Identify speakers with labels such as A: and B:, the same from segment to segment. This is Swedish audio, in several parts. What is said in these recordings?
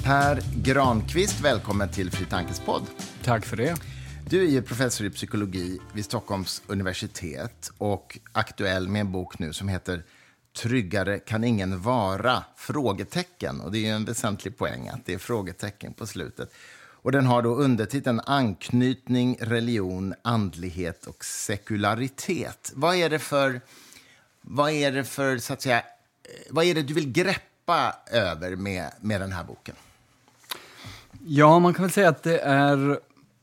A: Per Granqvist, välkommen till Fri Tankes podd.
B: Tack för det.
A: Du är ju professor i psykologi vid Stockholms universitet och aktuell med en bok nu som heter Tryggare kan ingen vara? Frågetecken. Och det är ju en väsentlig poäng att det är frågetecken på slutet. Och den har då undertiteln Anknytning, religion, andlighet och sekularitet. Vad är det för så att säga, vad är det du vill greppa över med den här boken?
B: Ja, man kan väl säga att det är,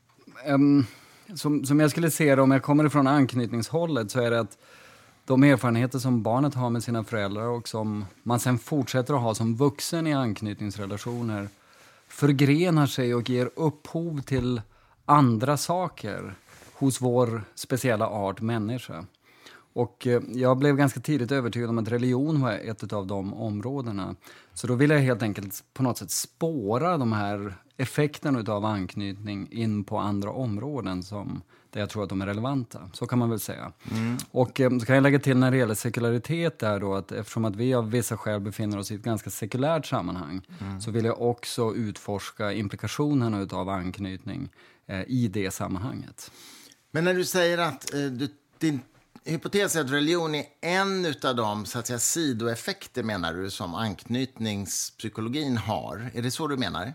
B: som jag skulle se det om jag kommer ifrån anknytningshållet, så är det att de erfarenheter som barnet har med sina föräldrar och som man sen fortsätter att ha som vuxen i anknytningsrelationer förgrenar sig och ger upphov till andra saker hos vår speciella art människa. Och jag blev ganska tidigt övertygad om att religion var ett av de områdena. Så då ville jag helt enkelt på något sätt spåra de här effekterna av anknytning in på andra områden där jag tror att de är relevanta. Så kan man väl säga. Och så kan jag lägga till när det gäller sekularitet där då, att eftersom att vi av vissa skäl befinner oss i ett ganska sekulärt sammanhang så vill jag också utforska implikationerna av anknytning i det sammanhanget.
A: Men när du säger att din hypotes är att religion är en av de så att säga, sidoeffekter, menar du, som anknytningspsykologin har. Är det så du menar?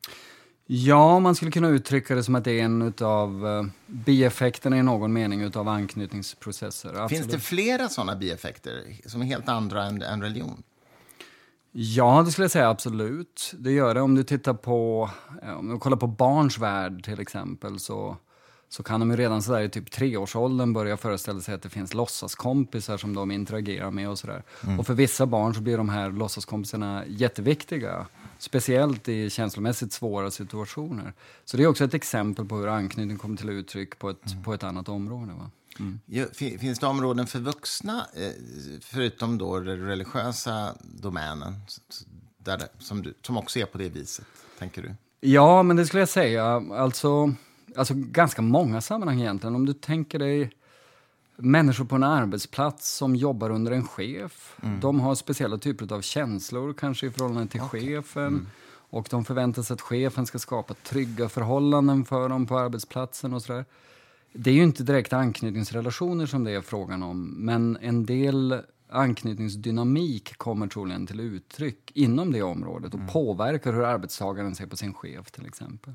B: Ja, man skulle kunna uttrycka det som att det är en av bieffekterna i någon mening utav anknytningsprocesser. Absolut.
A: Finns det flera sådana bieffekter som är helt andra än religion?
B: Ja, det skulle jag säga absolut. Det gör det. Om du tittar på, om du kollar på barns värld till exempel, så kan de ju redan sådär i typ 3-årsåldern börja föreställa sig att det finns låtsaskompisar som de interagerar med och sådär. Och för vissa barn så blir de här låtsaskompisarna jätteviktiga. Speciellt i känslomässigt svåra situationer. Så det är också ett exempel på hur anknytning kommer till uttryck på ett annat område. Va?
A: Ja, finns det områden för vuxna, förutom då den religiösa domänen, som också är på det viset, tänker du?
B: Ja, men det skulle jag säga. Alltså ganska många sammanhang egentligen. Om du tänker dig människor på en arbetsplats som jobbar under en chef. De har speciella typer av känslor kanske i förhållande till chefen. Och de förväntar sig att chefen ska skapa trygga förhållanden för dem på arbetsplatsen och sådär. Det är ju inte direkt anknytningsrelationer som det är frågan om. Men en del anknytningsdynamik kommer troligen till uttryck inom det området. Och påverkar hur arbetstagaren ser på sin chef till exempel.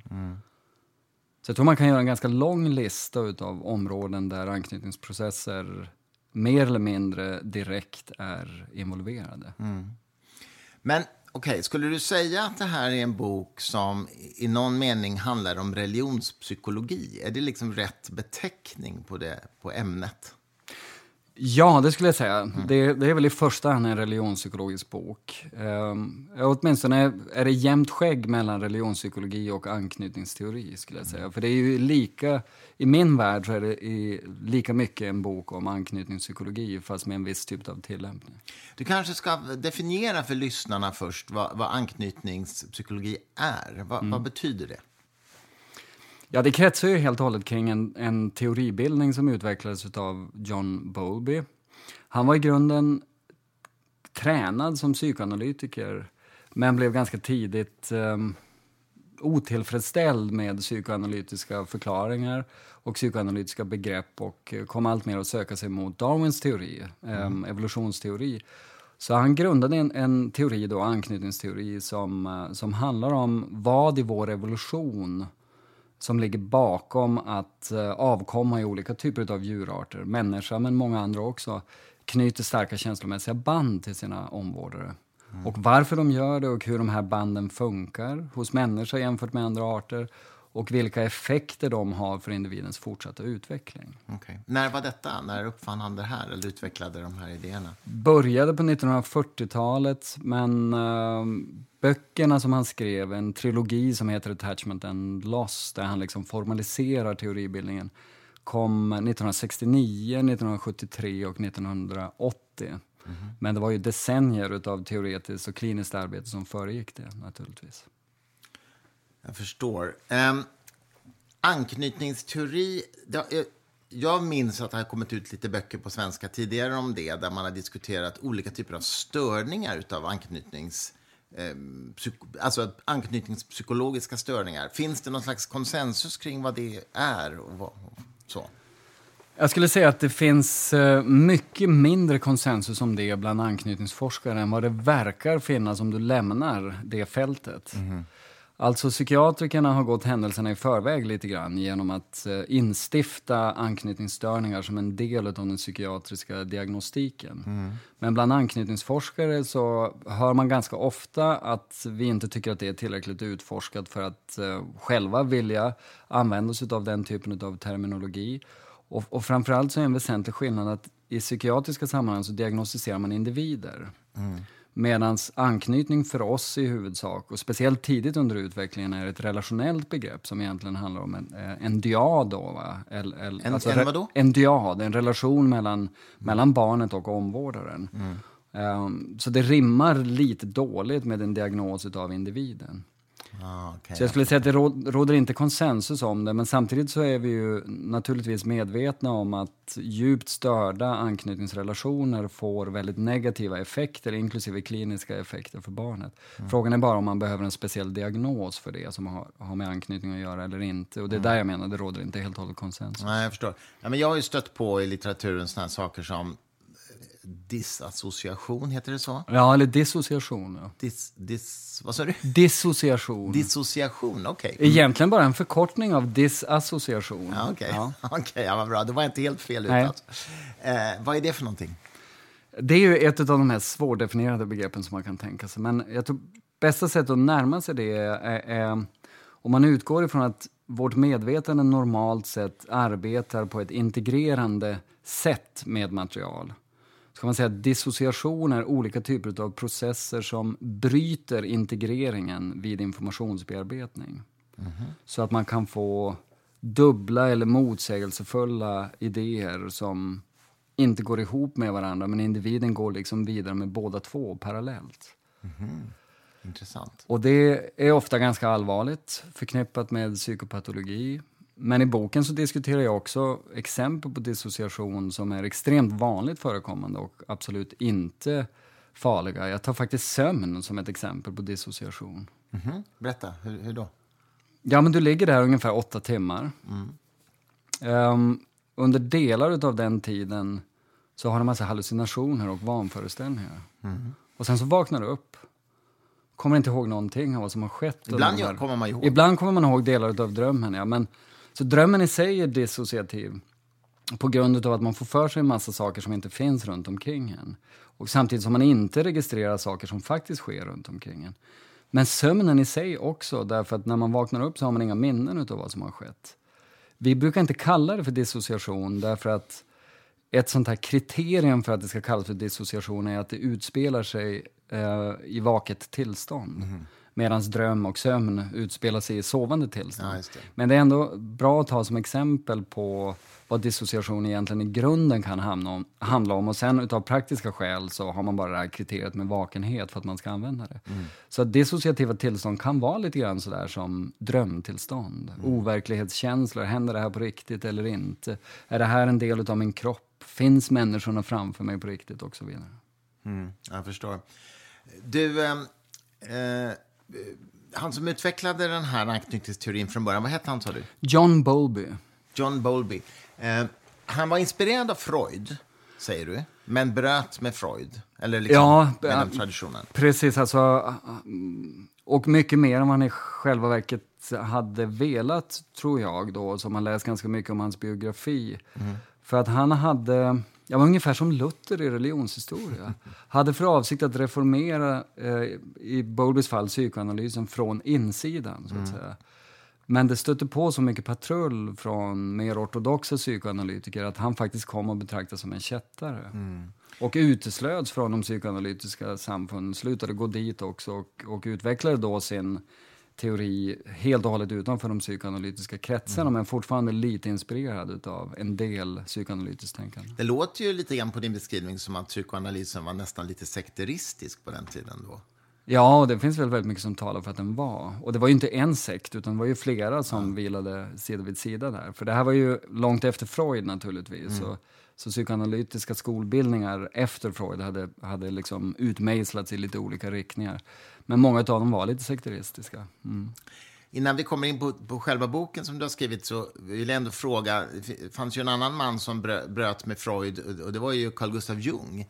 B: Så jag tror man kan göra en ganska lång lista av områden där anknytningsprocesser mer eller mindre direkt är involverade.
A: Men okej, skulle du säga att det här är en bok som i någon mening handlar om religionspsykologi? Är det liksom rätt beteckning på ämnet?
B: Ja, det skulle jag säga. Det är väl i första hand en religionspsykologisk bok. Åtminstone är det jämnt skägg mellan religionspsykologi och anknytningsteori, skulle jag säga. För det är ju i min värld så är det lika mycket en bok om anknytningspsykologi, fast med en viss typ av tillämpning. Du kanske ska definiera för lyssnarna först vad anknytningspsykologi är. Vad betyder det? Ja, det kretsar ju helt och hållet kring en teoribildning som utvecklades av John Bowlby. Han var i grunden tränad som psykoanalytiker, men blev ganska tidigt otillfredsställd med psykoanalytiska förklaringar och psykoanalytiska begrepp och kom allt mer att söka sig mot Darwins teori, evolutionsteori. Så han grundade en teori då, anknytningsteori, som handlar om vad i vår evolution som ligger bakom att avkomma i olika typer av djurarter, människa men många andra också, knyter starka känslomässiga band till sina omvårdare. Och varför de gör det och hur de här banden funkar hos människor jämfört med andra arter och vilka effekter de har för individens fortsatta utveckling.
A: Okay. När var detta? När uppfann han det här eller utvecklade de här idéerna?
B: Började på 1940-talet, men böckerna som han skrev, en trilogi som heter Attachment and Loss, där han liksom formaliserar teoribildningen, kom 1969, 1973 och 1980. Men det var ju decennier av teoretiskt och kliniskt arbete som föregick det, naturligtvis.
A: Jag förstår. Anknytningsteori, jag minns att det har kommit ut lite böcker på svenska tidigare om det, där man har diskuterat olika typer av störningar utav alltså anknytningspsykologiska störningar. Finns det någon slags konsensus kring vad det är och så?
B: Jag skulle säga att det finns mycket mindre konsensus om det bland anknytningsforskare än vad det verkar finnas om du lämnar det fältet. Alltså psykiatrikerna har gått händelserna i förväg lite grann genom att instifta anknytningsstörningar som en del av den psykiatriska diagnostiken. Men bland anknytningsforskare så hör man ganska ofta att vi inte tycker att det är tillräckligt utforskat för att själva vilja använda sig av den typen av terminologi. Och framförallt så är en väsentlig skillnad att i psykiatriska sammanhang så diagnostiserar man individer. Medan anknytning för oss i huvudsak, och speciellt tidigt under utvecklingen, är ett relationellt begrepp som egentligen handlar om en dyad. Då, va?
A: Vadå?
B: En dyad, en relation mellan barnet och omvårdaren. Så det rimmar lite dåligt med en diagnos av individen.
A: Okay.
B: Så jag skulle säga att det råder inte konsensus om det, men samtidigt så är vi ju naturligtvis medvetna om att djupt störda anknytningsrelationer får väldigt negativa effekter, inklusive kliniska effekter för barnet. Frågan är bara om man behöver en speciell diagnos för det som har med anknytning att göra eller inte. Och det är där jag menar, det råder inte helt och hållet konsensus.
A: Nej, jag förstår. Ja, men jag har ju stött på i litteraturen såna här saker som disassociation, heter det så?
B: Ja, eller dissociation. Ja.
A: Vad sa du?
B: Dissociation.
A: Dissociation, okej.
B: Egentligen bara en förkortning av disassociation.
A: Ja, okej. Ja. Okej, vad bra. Det var inte helt fel
B: Nej.
A: utat. Vad är det för någonting?
B: Det är ju ett av de här svårdefinierade begreppen som man kan tänka sig. Men jag tror bästa sättet att närma sig det är om man utgår ifrån att vårt medvetande normalt sett arbetar på ett integrerande sätt med material. Så kan man säga att dissociation är olika typer av processer som bryter integreringen vid informationsbearbetning. Så att man kan få dubbla eller motsägelsefulla idéer som inte går ihop med varandra, men individen går liksom vidare med båda två parallellt.
A: Intressant.
B: Och det är ofta ganska allvarligt förknippat med psykopatologi. Men i boken så diskuterar jag också exempel på dissociation som är extremt vanligt förekommande och absolut inte farliga. Jag tar faktiskt sömn som ett exempel på dissociation.
A: Berätta, hur då?
B: Ja, men du ligger där ungefär 8 timmar. Under delar av den tiden så har du en massa hallucinationer och vanföreställningar. Och sen så vaknar du upp. Kommer inte ihåg någonting av vad som har skett.
A: Ibland kommer man ihåg.
B: Ibland kommer man ihåg delar av drömmen, ja. Men, så drömmen i sig är dissociativ på grund av att man får för sig en massa saker som inte finns runt omkring en. Och samtidigt som man inte registrerar saker som faktiskt sker runt omkring en. Men sömnen i sig också, därför att när man vaknar upp så har man inga minnen av vad som har skett. Vi brukar inte kalla det för dissociation därför att ett sånt här kriterium för att det ska kallas för dissociation är att det utspelar sig i vaket tillstånd. Medan dröm och sömn utspelar sig i sovande tillstånd.
A: Ja, just det.
B: Men det är ändå bra att ta som exempel på vad dissociation egentligen i grunden kan handla om. Och sen utav praktiska skäl så har man bara det här kriteriet med vakenhet för att man ska använda det. Så att dissociativa tillstånd kan vara lite grann sådär som drömtillstånd. Overklighetskänslor, händer det här på riktigt eller inte? Är det här en del utav min kropp? Finns människorna framför mig på riktigt? Och så vidare.
A: Jag förstår. Du, han som utvecklade den här anknytningsteorin från början, vad hette han, sa du?
B: John Bowlby.
A: John Bowlby. Han var inspirerad av Freud, säger du, men bröt med Freud. Eller liksom med den traditionen.
B: Precis, alltså, och mycket mer än man i själva verket hade velat, tror jag då, som man läst ganska mycket om hans biografi. För att han hade... Jag var ungefär som Luther i religionshistoria. Hade för avsikt att reformera, i Bowlbys fall, psykoanalysen från insidan, så att säga. Men det stötte på så mycket patrull från mer ortodoxa psykoanalytiker att han faktiskt kom att betraktas som en kättare. Och uteslöts från de psykoanalytiska samfunden, slutade gå dit också och utvecklade då sin teori helt och hållet utanför de psykoanalytiska kretsarna, men fortfarande lite inspirerad av en del psykoanalytiskt tänkande.
A: Det låter ju lite grann på din beskrivning som att psykoanalysen var nästan lite sekteristisk på den tiden då.
B: Ja, det finns väl väldigt mycket som talar för att den var. Och det var ju inte en sekt, utan det var ju flera som vilade sida vid sida där. För det här var ju långt efter Freud naturligtvis. Så psykoanalytiska skolbildningar efter Freud hade liksom utmejslats i lite olika riktningar. Men många av dem var lite sekteristiska.
A: Innan vi kommer in på själva boken som du har skrivit så vill jag ändå fråga, det fanns ju en annan man som bröt med Freud och det var ju Carl Gustav Jung.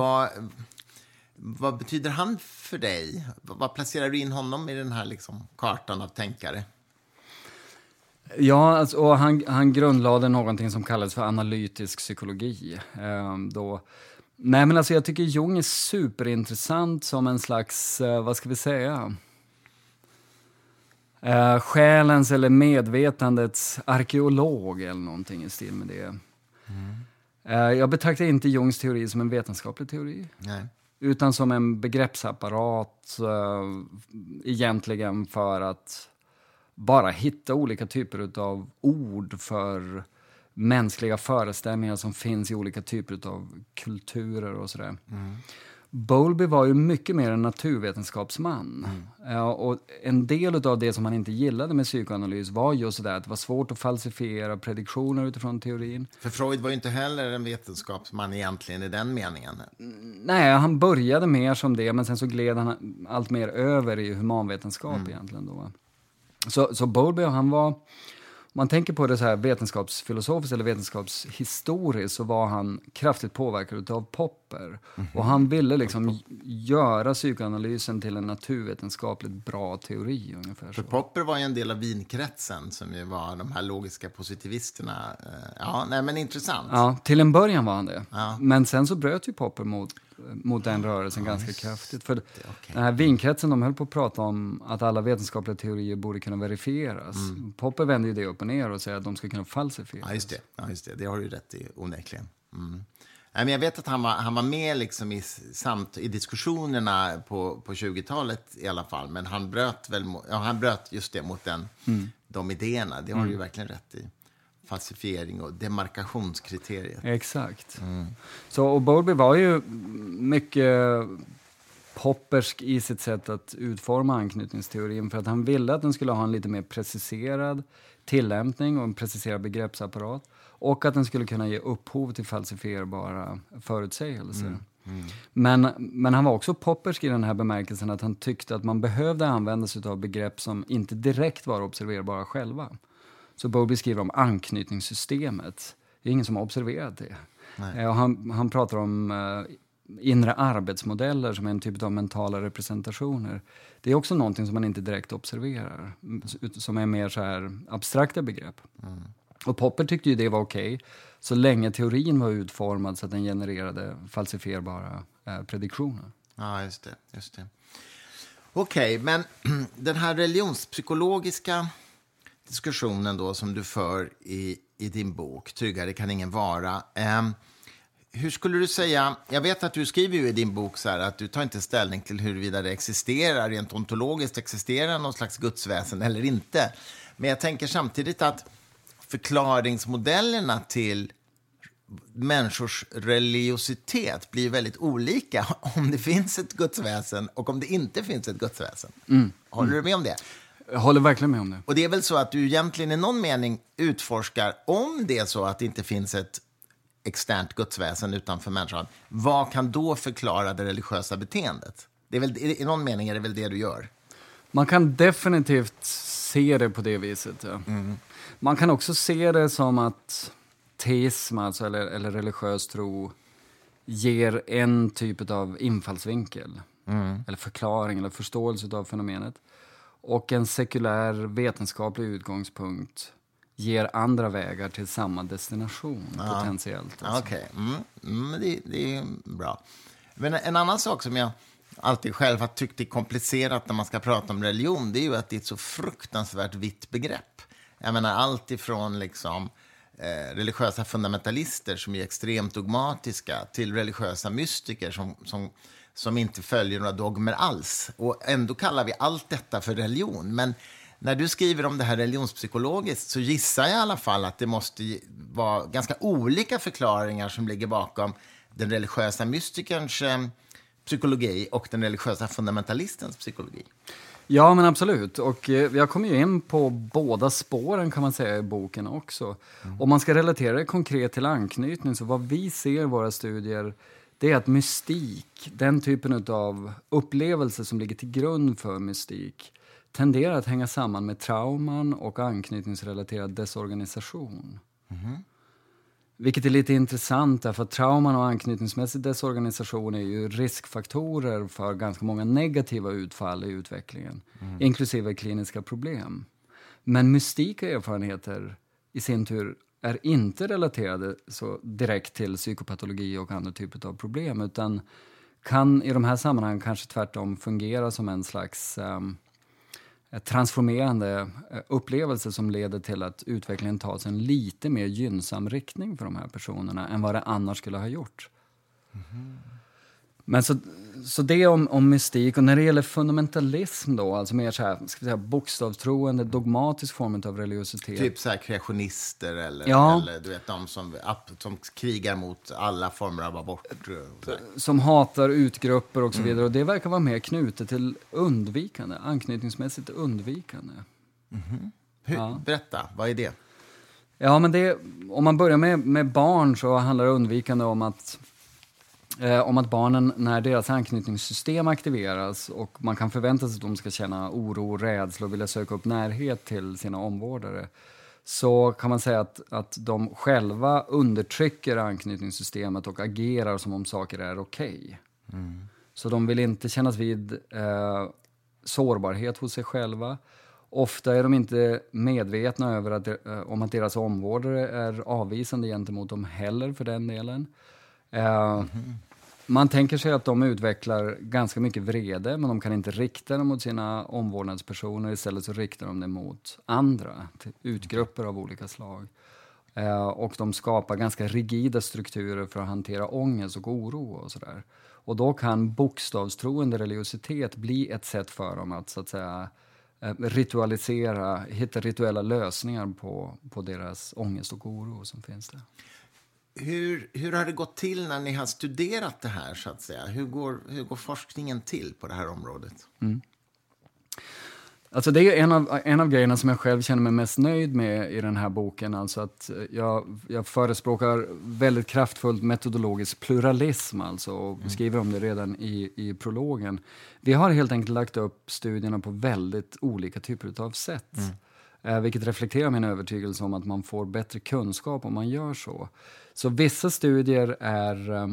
A: Vad betyder han för dig? Vad placerar du in honom i den här liksom kartan av tänkare?
B: Ja, alltså, och han grundlade någonting som kallas för analytisk psykologi. Nej, men alltså jag tycker Jung är superintressant som en slags, vad ska vi säga? Själens eller medvetandets arkeolog eller någonting i stil med det. Jag betraktar inte Jungs teori som en vetenskaplig teori.
A: Nej.
B: Utan som en begreppsapparat egentligen för att bara hitta olika typer av ord för mänskliga föreställningar som finns i olika typer av kulturer och sådär. Bowlby var ju mycket mer en naturvetenskapsman. Och en del av det som han inte gillade med psykoanalys var just det att det var svårt att falsifiera prediktioner utifrån teorin.
A: För Freud var ju inte heller en vetenskapsman egentligen i den meningen.
B: Nej, han började mer som det, men sen så gled han allt mer över i humanvetenskap egentligen då. Så Bowlby, han var, om man tänker på det så här vetenskapsfilosofiskt eller vetenskapshistoriskt, så var han kraftigt påverkad av Popper. Och han ville liksom göra psykoanalysen till en naturvetenskapligt bra teori ungefär.
A: För Popper var ju en del av Wienkretsen som ju var de här logiska positivisterna. Ja, nej men intressant.
B: Ja, till en början var han det.
A: Ja.
B: Men sen så bröt ju Popper mot den rörelsen ganska kraftigt. För den här Wienkretsen, de höll på att prata om att alla vetenskapliga teorier borde kunna verifieras. Popper vände ju det upp och ner och säger att de ska kunna falsifieras.
A: Ja, just det. Det har du ju rätt i, onekligen. Men jag vet att han var med liksom i diskussionerna på 20-talet i alla fall. Men han bröt just det mot de idéerna. Det har du ju verkligen rätt i. Falsifiering och demarkationskriteriet.
B: Exakt. Så, och Bowlby var ju mycket poppersk i sitt sätt att utforma anknytningsteorin, för att han ville att den skulle ha en lite mer preciserad tillämpning och en preciserad begreppsapparat, och att den skulle kunna ge upphov till falsifierbara förutsägelser. Men han var också poppersk i den här bemärkelsen att han tyckte att man behövde använda sig av begrepp som inte direkt var observerbara själva. Så Bowlby skriver om anknytningssystemet. Det är ingen som har observerat det. Och han pratar om inre arbetsmodeller som är en typ av mentala representationer. Det är också någonting som man inte direkt observerar. Som är mer så här abstrakta begrepp. Och Popper tyckte ju det var okej, så länge teorin var utformad så att den genererade falsifierbara prediktioner.
A: Ja, just det. Okej, men den här religionspsykologiska diskussionen då som du för i din bok Tryggare kan ingen vara. Hur skulle du säga, jag vet att du skriver ju i din bok så här att du tar inte ställning till huruvida det existerar, rent ontologiskt existerar någon slags gudsväsen eller inte. Men jag tänker samtidigt att förklaringsmodellerna till människors religiositet blir väldigt olika om det finns ett gudsväsen och om det inte finns ett gudsväsen. Håller du med om det?
B: Jag håller verkligen med om det.
A: Och det är väl så att du egentligen i någon mening utforskar om det är så att det inte finns ett externt gudsväsen utanför människan. Vad kan då förklara det religiösa beteendet? Det är väl, i någon mening är det väl det du gör?
B: Man kan definitivt se det på det viset. Ja. Man kan också se det som att teism, alltså, eller religiös tro, ger en typ av infallsvinkel. Eller förklaring eller förståelse av fenomenet. Och en sekulär vetenskaplig utgångspunkt ger andra vägar till samma destination potentiellt. Alltså.
A: Okej, det är bra. Men en annan sak som jag alltid själv har tyckt är komplicerat när man ska prata om religion, det är ju att det är ett så fruktansvärt vitt begrepp. Jag menar allt ifrån liksom religiösa fundamentalister som är extremt dogmatiska till religiösa mystiker som inte följer några dogmer alls. Och ändå kallar vi allt detta för religion. Men när du skriver om det här religionspsykologiskt så gissar jag i alla fall att det måste vara ganska olika förklaringar som ligger bakom den religiösa mystikerns psykologi och den religiösa fundamentalistens psykologi.
B: Ja, men absolut. Och jag kommer ju in på båda spåren kan man säga i boken också. Om man ska relatera det konkret till anknytning, så vad vi ser i våra studier, det är att mystik, den typen av upplevelser som ligger till grund för mystik, tenderar att hänga samman med trauman och anknytningsrelaterad desorganisation. Vilket är lite intressant därför att trauman och anknytningsmässig desorganisation är ju riskfaktorer för ganska många negativa utfall i utvecklingen, inklusive kliniska problem. Men mystika erfarenheter i sin tur är inte relaterade så direkt till psykopatologi och andra typer av problem, utan kan i de här sammanhangen kanske tvärtom fungera som en slags transformerande upplevelse som leder till att utvecklingen tas en lite mer gynnsam riktning för de här personerna än vad det annars skulle ha gjort. Men så det om mystik. Och när det gäller fundamentalism då, alltså mer så här, ska vi säga, bokstavstroende, dogmatisk form av religiositet.
A: Typ så här kreationister eller du vet, de som krigar mot alla former av abort.
B: Som hatar utgrupper och så vidare. Och det verkar vara mer knutet till undvikande, anknytningsmässigt undvikande.
A: Berätta, vad är det?
B: Ja, men om man börjar med barn så handlar det undvikande om att barnen, när deras anknytningssystem aktiveras och man kan förvänta sig att de ska känna oro, rädsla och vilja söka upp närhet till sina omvårdare, så kan man säga att de själva undertrycker anknytningssystemet och agerar som om saker är okej. Så de vill inte kännas vid sårbarhet hos sig själva. Ofta är de inte medvetna över om att deras omvårdare är avvisande gentemot dem heller, för den delen. Man tänker sig att de utvecklar ganska mycket vrede, men de kan inte rikta det mot sina omvårdnadspersoner. Istället så riktar de det mot andra, till utgrupper av olika slag. Och de skapar ganska rigida strukturer för att hantera ångest och oro och sådär. Och då kan bokstavstroende religiositet bli ett sätt för dem att så att säga ritualisera, hitta rituella lösningar på deras ångest och oro som finns där.
A: Hur har det gått till när ni har studerat det här, så att säga? Hur går forskningen till på det här området?
B: Alltså det är en av grejerna som jag själv känner mig mest nöjd med i den här boken. Alltså att jag förespråkar väldigt kraftfullt metodologisk pluralism, alltså, och skriver om det redan i prologen. Vi har helt enkelt lagt upp studierna på väldigt olika typer av sätt. Vilket reflekterar min övertygelse om att man får bättre kunskap om man gör så. Så vissa studier är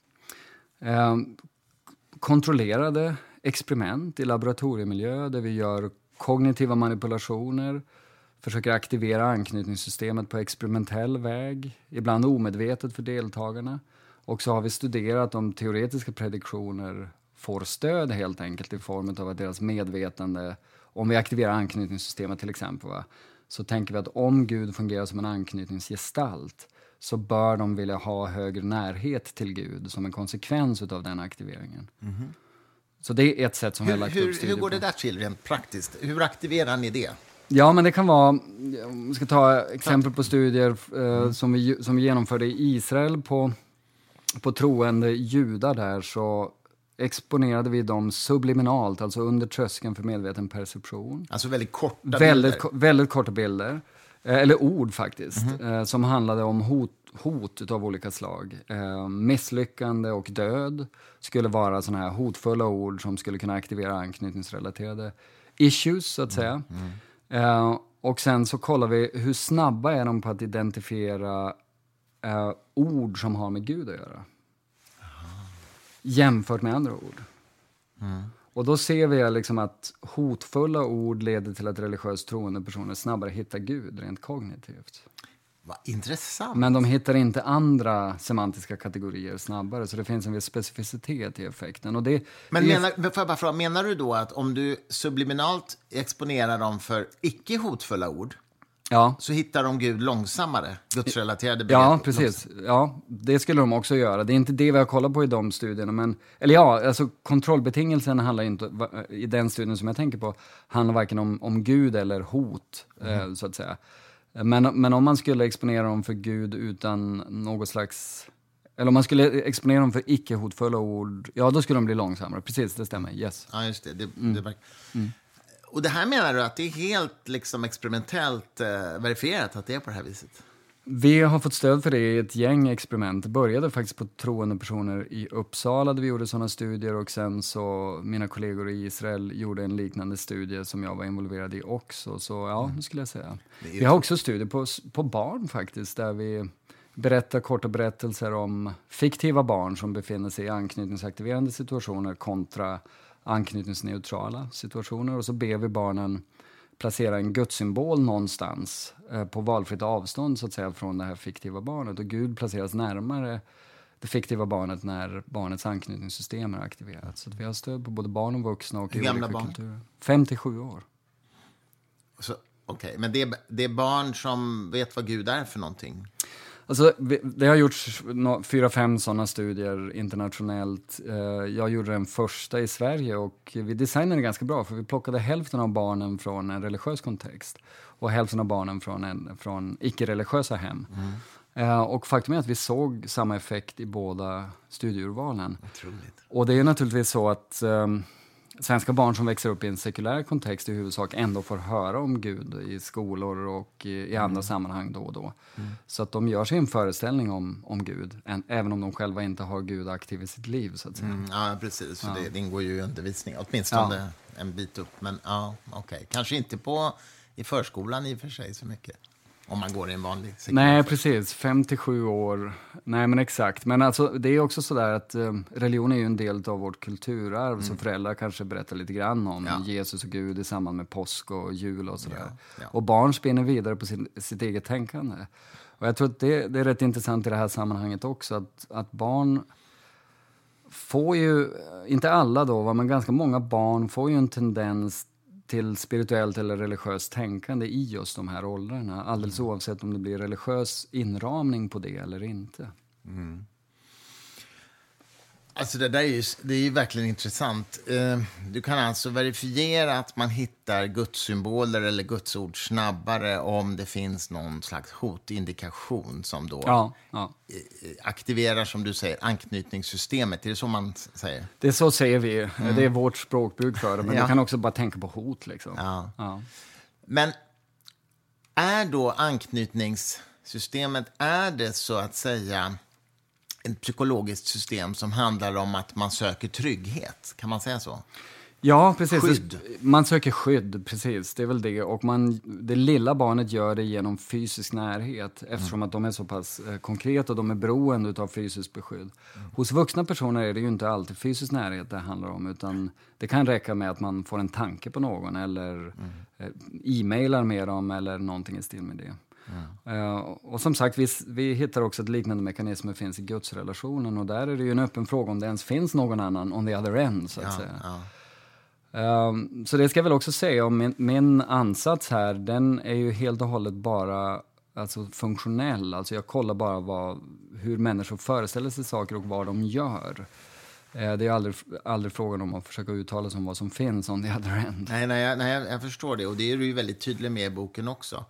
B: kontrollerade experiment i laboratoriemiljö där vi gör kognitiva manipulationer, försöker aktivera anknytningssystemet på experimentell väg, ibland omedvetet för deltagarna. Och så har vi studerat om teoretiska prediktioner får stöd helt enkelt i form av att deras medvetande, om vi aktiverar anknytningssystemet till exempel, så tänker vi att om Gud fungerar som en anknytningsgestalt så bör de vilja ha högre närhet till Gud som en konsekvens av den aktiveringen. Så det är ett sätt som vi har lagt upp studier.
A: Hur går det där till rent praktiskt? Hur aktiverar ni det?
B: Ja, men det kan vara, om vi ska ta exempel på studier som vi genomförde i Israel på troende judar där, så exponerade vi dem subliminalt, alltså under tröskeln för medveten perception.
A: Alltså väldigt korta bilder?
B: Väldigt korta bilder. Eller ord faktiskt, som handlade om hot av olika slag. Misslyckande och död skulle vara såna här hotfulla ord som skulle kunna aktivera anknytningsrelaterade issues, så att säga. Och sen så kollar vi hur snabba är de på att identifiera ord som har med Gud att göra. Jämfört med andra ord. Och då ser vi liksom att hotfulla ord leder till att religiöst troende personer snabbare hittar Gud rent kognitivt.
A: Vad intressant.
B: Men de hittar inte andra semantiska kategorier snabbare, så det finns en viss specificitet i effekten. Och
A: menar du då att om du subliminalt exponerar dem för icke hotfulla ord, så hittar de Gud långsammare, gudsrelaterade begrepp?
B: Ja, precis. Ja, det skulle de också göra. Det är inte det vi har kollat på i de studierna. Men, alltså kontrollbetingelsen handlar inte, i den studien som jag tänker på, handlar varken om Gud eller hot, så att säga. Men om man skulle exponera dem för Gud utan något slags... Eller om man skulle exponera dem för icke-hotfulla ord, då skulle de bli långsammare. Precis, det stämmer. Yes.
A: Ja, just det. Och det här menar du att det är helt liksom experimentellt verifierat att det är på det här viset?
B: Vi har fått stöd för det i ett gäng experiment. Det började faktiskt på troende personer i Uppsala där vi gjorde sådana studier, och sen så mina kollegor i Israel gjorde en liknande studie som jag var involverad i också. Så ja, det skulle jag säga. Vi har också studier på barn faktiskt, där vi berättar korta berättelser om fiktiva barn som befinner sig i anknytningsaktiverande situationer kontra anknytningsneutrala situationer, och så ber vi barnen placera en gudssymbol någonstans på valfritt avstånd så att säga från det här fiktiva barnet, och Gud placeras närmare det fiktiva barnet när barnets anknytningssystem är aktiverat. Så att vi har stöd på både barn och vuxna och i olika kulturer. 5-7 år.
A: Okej, men det är barn som vet vad Gud är för någonting?
B: Alltså, det har gjorts 4-5 sådana studier internationellt. Jag gjorde den första i Sverige, och vi designade det ganska bra, för vi plockade hälften av barnen från en religiös kontext och hälften av barnen från icke-religiösa hem. Och faktum är att vi såg samma effekt i båda studieurvalen.
A: Otroligt.
B: Och det är naturligtvis så att svenska barn som växer upp i en sekulär kontext i huvudsak ändå får höra om Gud i skolor och i andra sammanhang då och då. Så att de gör sig en föreställning om Gud, även om de själva inte har Gud aktiv i sitt liv, så att säga.
A: Ja, precis. Så det ingår ju i undervisning, åtminstone en bit upp. Men okej. Kanske inte i förskolan i och för sig så mycket. Om man går i en vanlig sekulär.
B: Nej, precis. 5-7 år. Nej, men exakt. Men alltså, det är också sådär att religion är ju en del av vårt kulturarv. Så föräldrar kanske berättar lite grann om Jesus och Gud i samband med påsk och jul och sådär. Ja. Och barn spinner vidare på sitt eget tänkande. Och jag tror att det är rätt intressant i det här sammanhanget också. Att barn får ju, inte alla då, men ganska många barn får ju en tendens till spirituellt eller religiöst tänkande i just de här åldrarna. Alldeles oavsett om det blir religiös inramning på det eller inte.
A: Alltså det är ju verkligen intressant. Du kan alltså verifiera att man hittar gudssymboler eller gudsord snabbare om det finns någon slags hotindikation som då aktiverar, som du säger, anknytningssystemet. Är det så man säger?
B: Det är så säger vi. Det är vårt språkbruk för det. Men du kan också bara tänka på hot. Liksom.
A: Ja. Men är då anknytningssystemet, är det så att säga ett psykologiskt system som handlar om att man söker trygghet? Kan man säga så?
B: Ja, precis.
A: Skydd.
B: Man söker skydd, precis. Det är väl det. Och det lilla barnet gör det genom fysisk närhet, eftersom att de är så pass konkreta och de är beroende av fysiskt beskydd. Hos vuxna personer är det ju inte alltid fysisk närhet det handlar om, utan det kan räcka med att man får en tanke på någon eller e-mailar med dem eller någonting i stil med det. Och som sagt, vi hittar också att liknande mekanismer finns i gudsrelationen, och där är det ju en öppen fråga om det ens finns någon annan on the other end, så att säga. Så det ska jag väl också säga om min ansats här, den är ju helt och hållet bara alltså funktionell. Alltså jag kollar bara hur människor föreställer sig saker och vad de gör. Det är aldrig frågan om att försöka uttala sig om vad som finns on the other end.
A: Nej, jag förstår det. Och det är du ju väldigt tydlig med i boken också.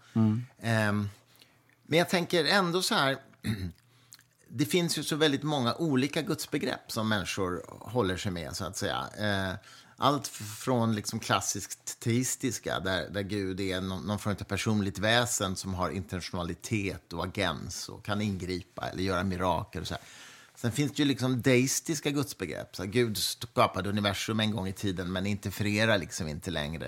A: Men jag tänker ändå så här. Det finns ju så väldigt många olika gudsbegrepp som människor håller sig med, så att säga. Allt från liksom klassiskt teistiska, där Gud är någon form av personligt väsen som har intentionalitet och agens och kan ingripa eller göra mirakel och så här. Sen finns det ju liksom deistiska gudsbegrepp. Så Gud skapade universum en gång i tiden men interfererar liksom inte längre.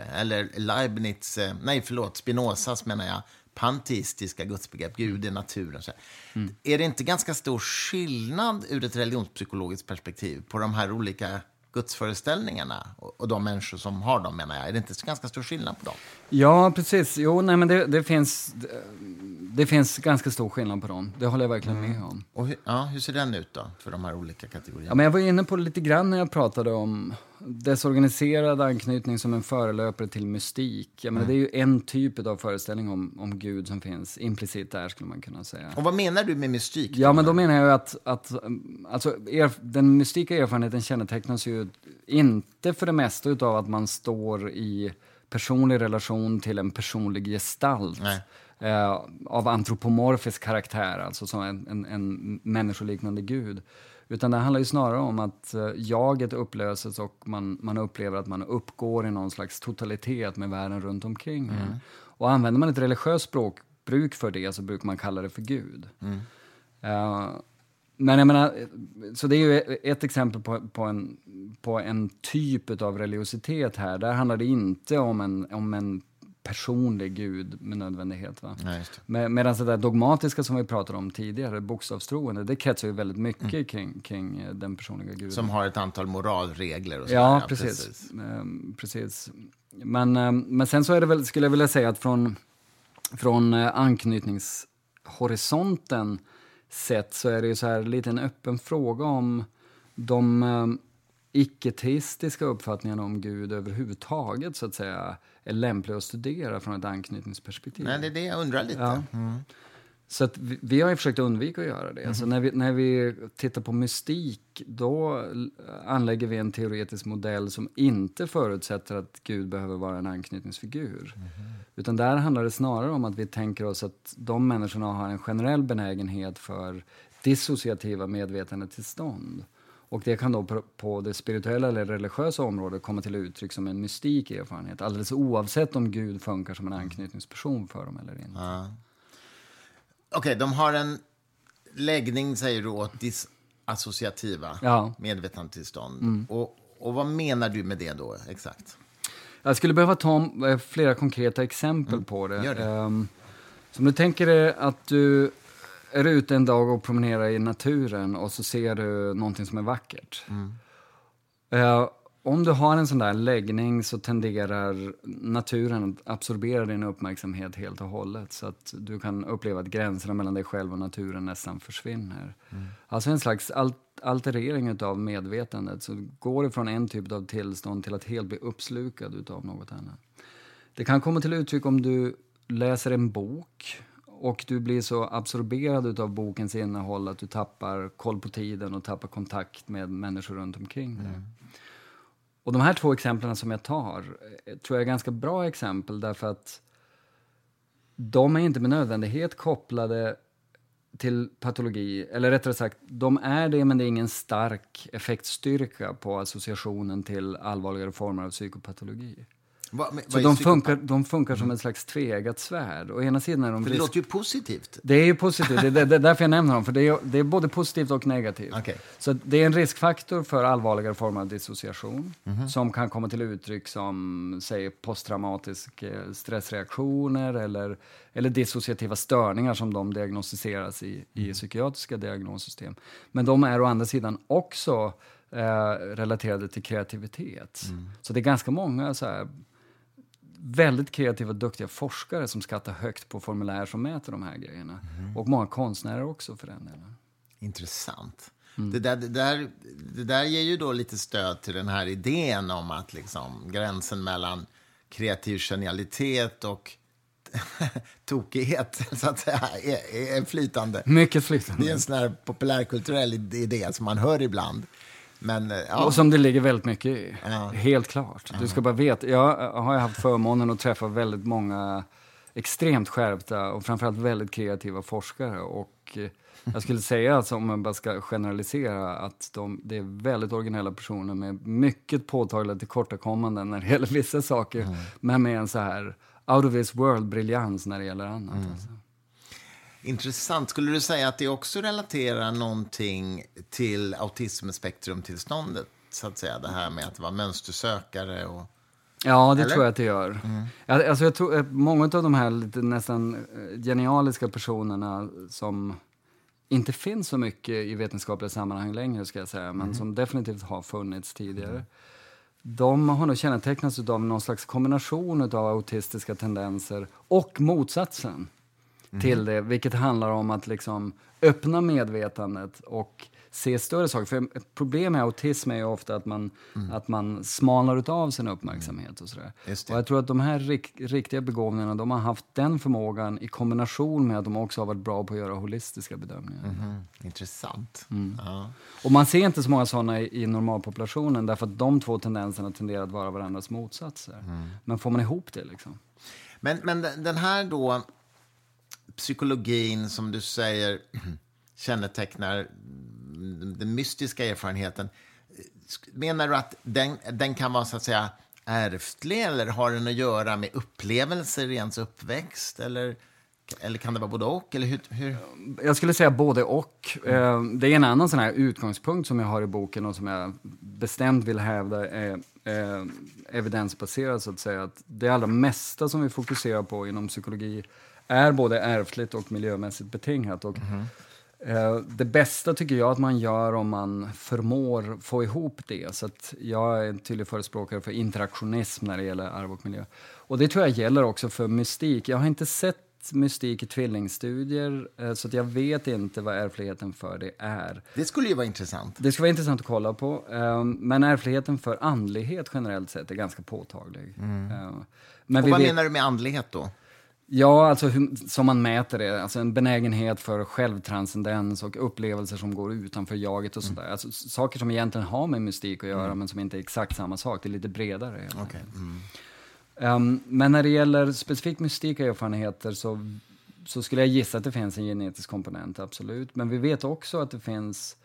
A: Eller Spinozas menar jag, panteistiska gudsbegrepp. Gud är naturen. Så är det inte ganska stor skillnad ur ett religionspsykologiskt perspektiv på de här olika gudsföreställningarna och de människor som har dem, menar jag? Är det inte så ganska stor skillnad på dem?
B: Ja, precis. Jo, nej, men det finns ganska stor skillnad på dem. Det håller jag verkligen med om.
A: Och hur ser den ut då, för de här olika kategorierna?
B: Ja, men jag var inne på det lite grann när jag pratade om desorganiserad anknytning som en förelöpare till mystik. Jag menar, det är ju en typ av föreställning om Gud som finns implicit där, skulle man kunna säga.
A: Och vad menar du med mystik?
B: Ja, men då menar jag ju att den mystika erfarenheten kännetecknas ju inte för det mesta utav att man står i personlig relation till en personlig gestalt. Av antropomorfisk karaktär, alltså som en människoliknande gud. Utan det handlar ju snarare om att jaget upplöses och man upplever att man uppgår i någon slags totalitet med världen runt omkring. Och använder man ett religiöst språkbruk för det så brukar man kalla det för Gud. Men jag menar, så det är ju ett exempel på en typ av religiositet här. Där handlar det inte om en personlig gud med nödvändighet. Va?
A: Nej,
B: Medan det där dogmatiska som vi pratade om tidigare, bokstavstroende, det kretsar ju väldigt mycket kring den personliga guden.
A: Som har ett antal moralregler och så.
B: Ja, precis. Men sen så är det väl, skulle jag vilja säga att från anknytningshorisonten sett så är det ju så här lite en öppen fråga om de icke-teistiska uppfattningarna om Gud överhuvudtaget så att säga är lämpliga att studera från ett anknytningsperspektiv.
A: Nej, det är det jag undrar lite.
B: Ja. Så att vi har ju försökt undvika att göra det. Så när vi tittar på mystik, då anlägger vi en teoretisk modell som inte förutsätter att Gud behöver vara en anknytningsfigur. Utan där handlar det snarare om att vi tänker oss att de människorna har en generell benägenhet för dissociativa medvetandetillstånd. Och det kan då på det spirituella eller religiösa området komma till uttryck som en mystik erfarenhet. Alldeles oavsett om Gud funkar som en anknytningsperson för dem eller inte.
A: Ja. Okej, de har en läggning, säger du, åt disassociativa medvetandetillstånd. Och vad menar du med det då, exakt?
B: Jag skulle behöva ta flera konkreta exempel på det.
A: Gör det.
B: Så om du tänker dig att du är ute en dag och promenerar i naturen och så ser du någonting som är vackert. Om du har en sån där läggning så tenderar naturen att absorbera din uppmärksamhet helt och hållet. Så att du kan uppleva att gränserna mellan dig själv och naturen nästan försvinner. Alltså en slags alterering av medvetandet. Så du går ifrån en typ av tillstånd till att helt bli uppslukad av något annat. Det kan komma till uttryck om du läser en bok och du blir så absorberad av bokens innehåll att du tappar koll på tiden och tappar kontakt med människor runt omkring dig. Och de här två exemplen som jag tar tror jag är ganska bra exempel därför att de är inte med nödvändighet kopplade till patologi. Eller rättare sagt, de är det men det är ingen stark effektstyrka på associationen till allvarligare former av psykopatologi. Så de funkar som en slags tveeggat svärd. Och ena sidan är de
A: för det låter ju positivt.
B: Det är ju positivt, det är därför jag nämner dem. För det är både positivt och negativt.
A: Okay.
B: Så det är en riskfaktor för allvarligare former av dissociation. Som kan komma till uttryck som säg posttraumatiska stressreaktioner eller dissociativa störningar som de diagnostiseras i psykiatriska diagnossystem. Men de är å andra sidan också relaterade till kreativitet. Så det är ganska många så här väldigt kreativa och duktiga forskare som skattar högt på formulär som mäter de här grejerna. Och många konstnärer också för den delen.
A: Intressant. Det där ger ju då lite stöd till den här idén om att liksom, gränsen mellan kreativ genialitet och tokighet så att säga, är flytande.
B: Mycket flytande.
A: Det är en sån här populärkulturell idé som man hör ibland. Men, ja.
B: Och som det ligger väldigt mycket i. Ja. Helt klart. Du ska bara veta, jag har haft förmånen att träffa väldigt många extremt skärpta och framförallt väldigt kreativa forskare. Och jag skulle säga, alltså, om man bara ska generalisera, att det är väldigt originella personer med mycket påtagliga tillkortakommanden när det gäller vissa saker. Men med en så här out of this world-briljans när det gäller annat. Alltså.
A: Intressant. Skulle du säga att det också relaterar någonting till autismspektrumtillståndet, så att säga, det här med att vara mönstersökare och...
B: Ja, det tror jag att det gör. Alltså jag tror många av de här lite nästan genialiska personerna som inte finns så mycket i vetenskapliga sammanhang längre, ska jag säga, men som definitivt har funnits tidigare. De har nog kännetecknats av någon slags kombination av autistiska tendenser och motsatsen till det, vilket handlar om att liksom öppna medvetandet och se större saker. För ett problem med autism är ju ofta att man smalnar ut av sin uppmärksamhet och sådär. Och jag tror att de här riktiga begåvningarna, de har haft den förmågan i kombination med att de också har varit bra på att göra holistiska bedömningar.
A: Intressant.
B: Ja. Och man ser inte så många sådana i normalpopulationen därför att de två tendenserna tenderar att vara varandras motsatser. Men får man ihop det liksom?
A: Men den här då psykologin som du säger kännetecknar den mystiska erfarenheten, menar du att den kan vara så att säga ärftlig eller har den att göra med upplevelser i ens uppväxt eller Eller kan det vara både och? Eller hur?
B: Jag skulle säga både och. Det är en annan sån här utgångspunkt som jag har i boken och som jag bestämt vill hävda är evidensbaserad, så att säga. Att det allra mesta som vi fokuserar på inom psykologi är både ärftligt och miljömässigt betingat. Och det bästa tycker jag att man gör om man förmår få ihop det. Så att jag är en tydlig förespråkare för interaktionism när det gäller arv och miljö. Och det tror jag gäller också för mystik. Jag har inte sett mystik i tvillingstudier, så att jag vet inte vad ärftligheten för det är.
A: Det skulle ju vara intressant.
B: Det skulle vara intressant att kolla på. Men ärftligheten för andlighet generellt sett är ganska påtaglig. Men
A: och vad menar du med andlighet då?
B: Ja, alltså som man mäter det. Alltså en benägenhet för självtranscendens och upplevelser som går utanför jaget och sådär. Alltså saker som egentligen har med mystik att göra men som inte är exakt samma sak. Det är lite bredare.
A: Okay.
B: Men när det gäller specifikt mystika erfarenheter så skulle jag gissa att det finns en genetisk komponent, absolut. Men vi vet också att det finns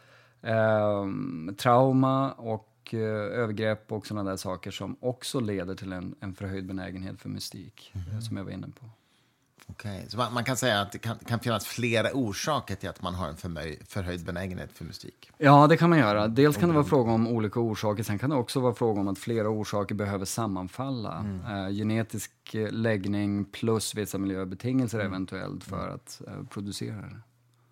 B: trauma och övergrepp och sådana där saker som också leder till en förhöjd benägenhet för mystik, som jag var inne på.
A: Okej, så man kan säga att det kan finnas flera orsaker till att man har en förhöjd benägenhet för mystik?
B: Ja, det kan man göra. Dels kan det vara fråga om olika orsaker. Sen kan det också vara fråga om att flera orsaker behöver sammanfalla. Genetisk läggning plus vissa miljöbetingelser eventuellt för att producera det.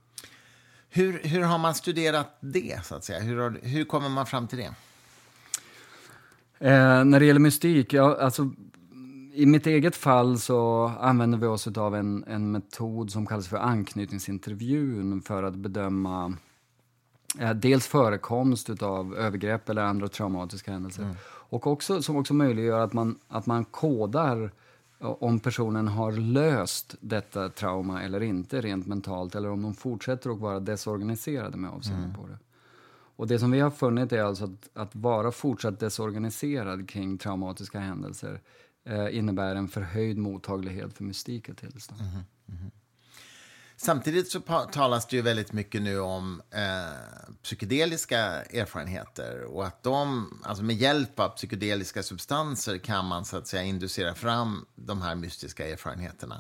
A: Hur har man studerat det, så att säga? Hur kommer man fram till det?
B: När det gäller mystik, alltså i mitt eget fall så använder vi oss av en metod som kallas för anknytningsintervjun för att bedöma dels förekomst av övergrepp eller andra traumatiska händelser. Och också, som också möjliggör att man kodar om personen har löst detta trauma eller inte rent mentalt, eller om de fortsätter att vara desorganiserade med avseende på det. Och det som vi har funnit är alltså att vara fortsatt desorganiserad kring traumatiska händelser innebär en förhöjd mottaglighet för mystika tillstånd.
A: Samtidigt så talas det ju väldigt mycket nu om psykedeliska erfarenheter och att alltså med hjälp av psykedeliska substanser kan man så att säga inducera fram de här mystiska erfarenheterna.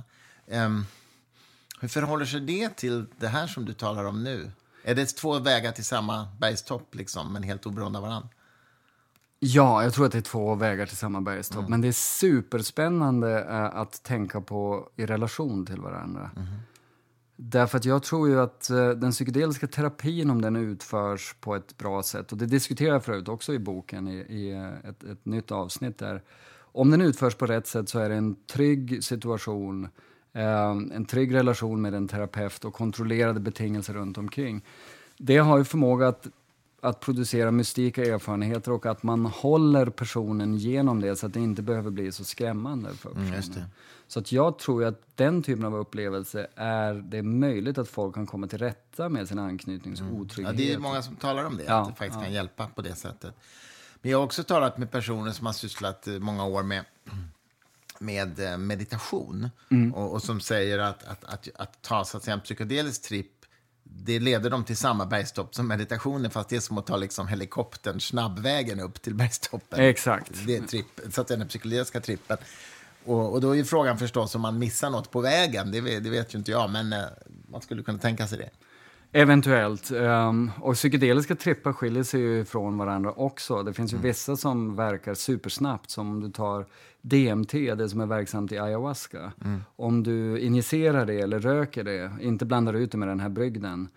A: Hur förhåller sig det till det här som du talar om nu? Är det två vägar till samma bergstopp liksom, men helt oberoende av varandra?
B: Ja, jag tror att det är två vägar till samma bergstopp. Men det är superspännande att tänka på i relation till varandra. Därför att jag tror ju att den psykedeliska terapin, om den utförs på ett bra sätt, och det diskuterar jag förut också i boken i ett nytt avsnitt där. Om den utförs på rätt sätt så är det en trygg situation, en trygg relation med en terapeut och kontrollerade betingelser runt omkring. Det har ju förmåga att producera mystika erfarenheter och att man håller personen genom det så att det inte behöver bli så skrämmande för personen.
A: Just det.
B: Så att jag tror att den typen av upplevelse det är möjligt att folk kan komma till rätta med sin anknytningsotrygghet.
A: Ja, det är många som talar om det, att det faktiskt kan hjälpa på det sättet. Men jag har också talat med personer som har sysslat många år med meditation och som säger att ta så att säga en psykedelisk tripp, det leder dem till samma bergstopp som meditationen, fast det är som att ta liksom helikoptern snabbvägen upp till bergstoppen.
B: Exakt.
A: Det är så att säga den psykedeliska trippen. Och då är ju frågan förstås om man missar något på vägen. Det vet ju inte jag, men man skulle kunna tänka sig det.
B: Eventuellt. Och psykedeliska trippar skiljer sig ju från varandra också. Det finns ju vissa som verkar supersnabbt, som om du tar DMT, det som är verksamt i ayahuasca. Om du injicerar det eller röker det, inte blandar ut det med den här brygden,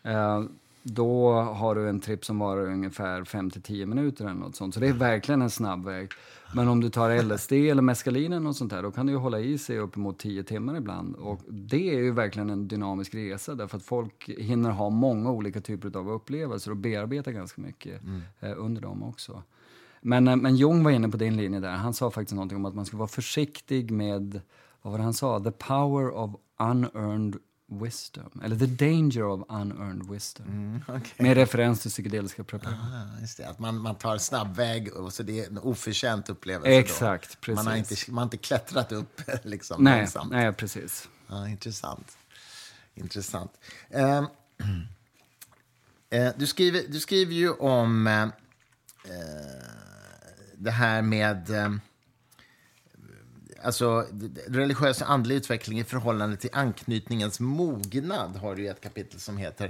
B: då har du en tripp som varar ungefär 5-10 minuter eller något sånt. Så det är verkligen en snabb väg. Men om du tar LSD eller meskalinen och sånt där, då kan du ju hålla i sig uppemot 10 timmar ibland. Och det är ju verkligen en dynamisk resa, därför att folk hinner ha många olika typer av upplevelser och bearbeta ganska mycket under dem också. Men Jung var inne på din linje där. Han sa faktiskt någonting om att man ska vara försiktig med, vad var det han sa? The power of unearned wisdom. Eller the danger of unearned wisdom.
A: Okay.
B: Med referens till psykedeliska preparat.
A: Just det, att man tar snabbväg och så det är en oförtjänt upplevelse.
B: Exakt,
A: då.
B: precis.
A: Man har inte klättrat upp liksom.
B: Nej, precis.
A: Ja, intressant. Du skriver ju om det här med alltså, religiös och andlig utveckling i förhållande till anknytningens mognad har du ju ett kapitel som heter.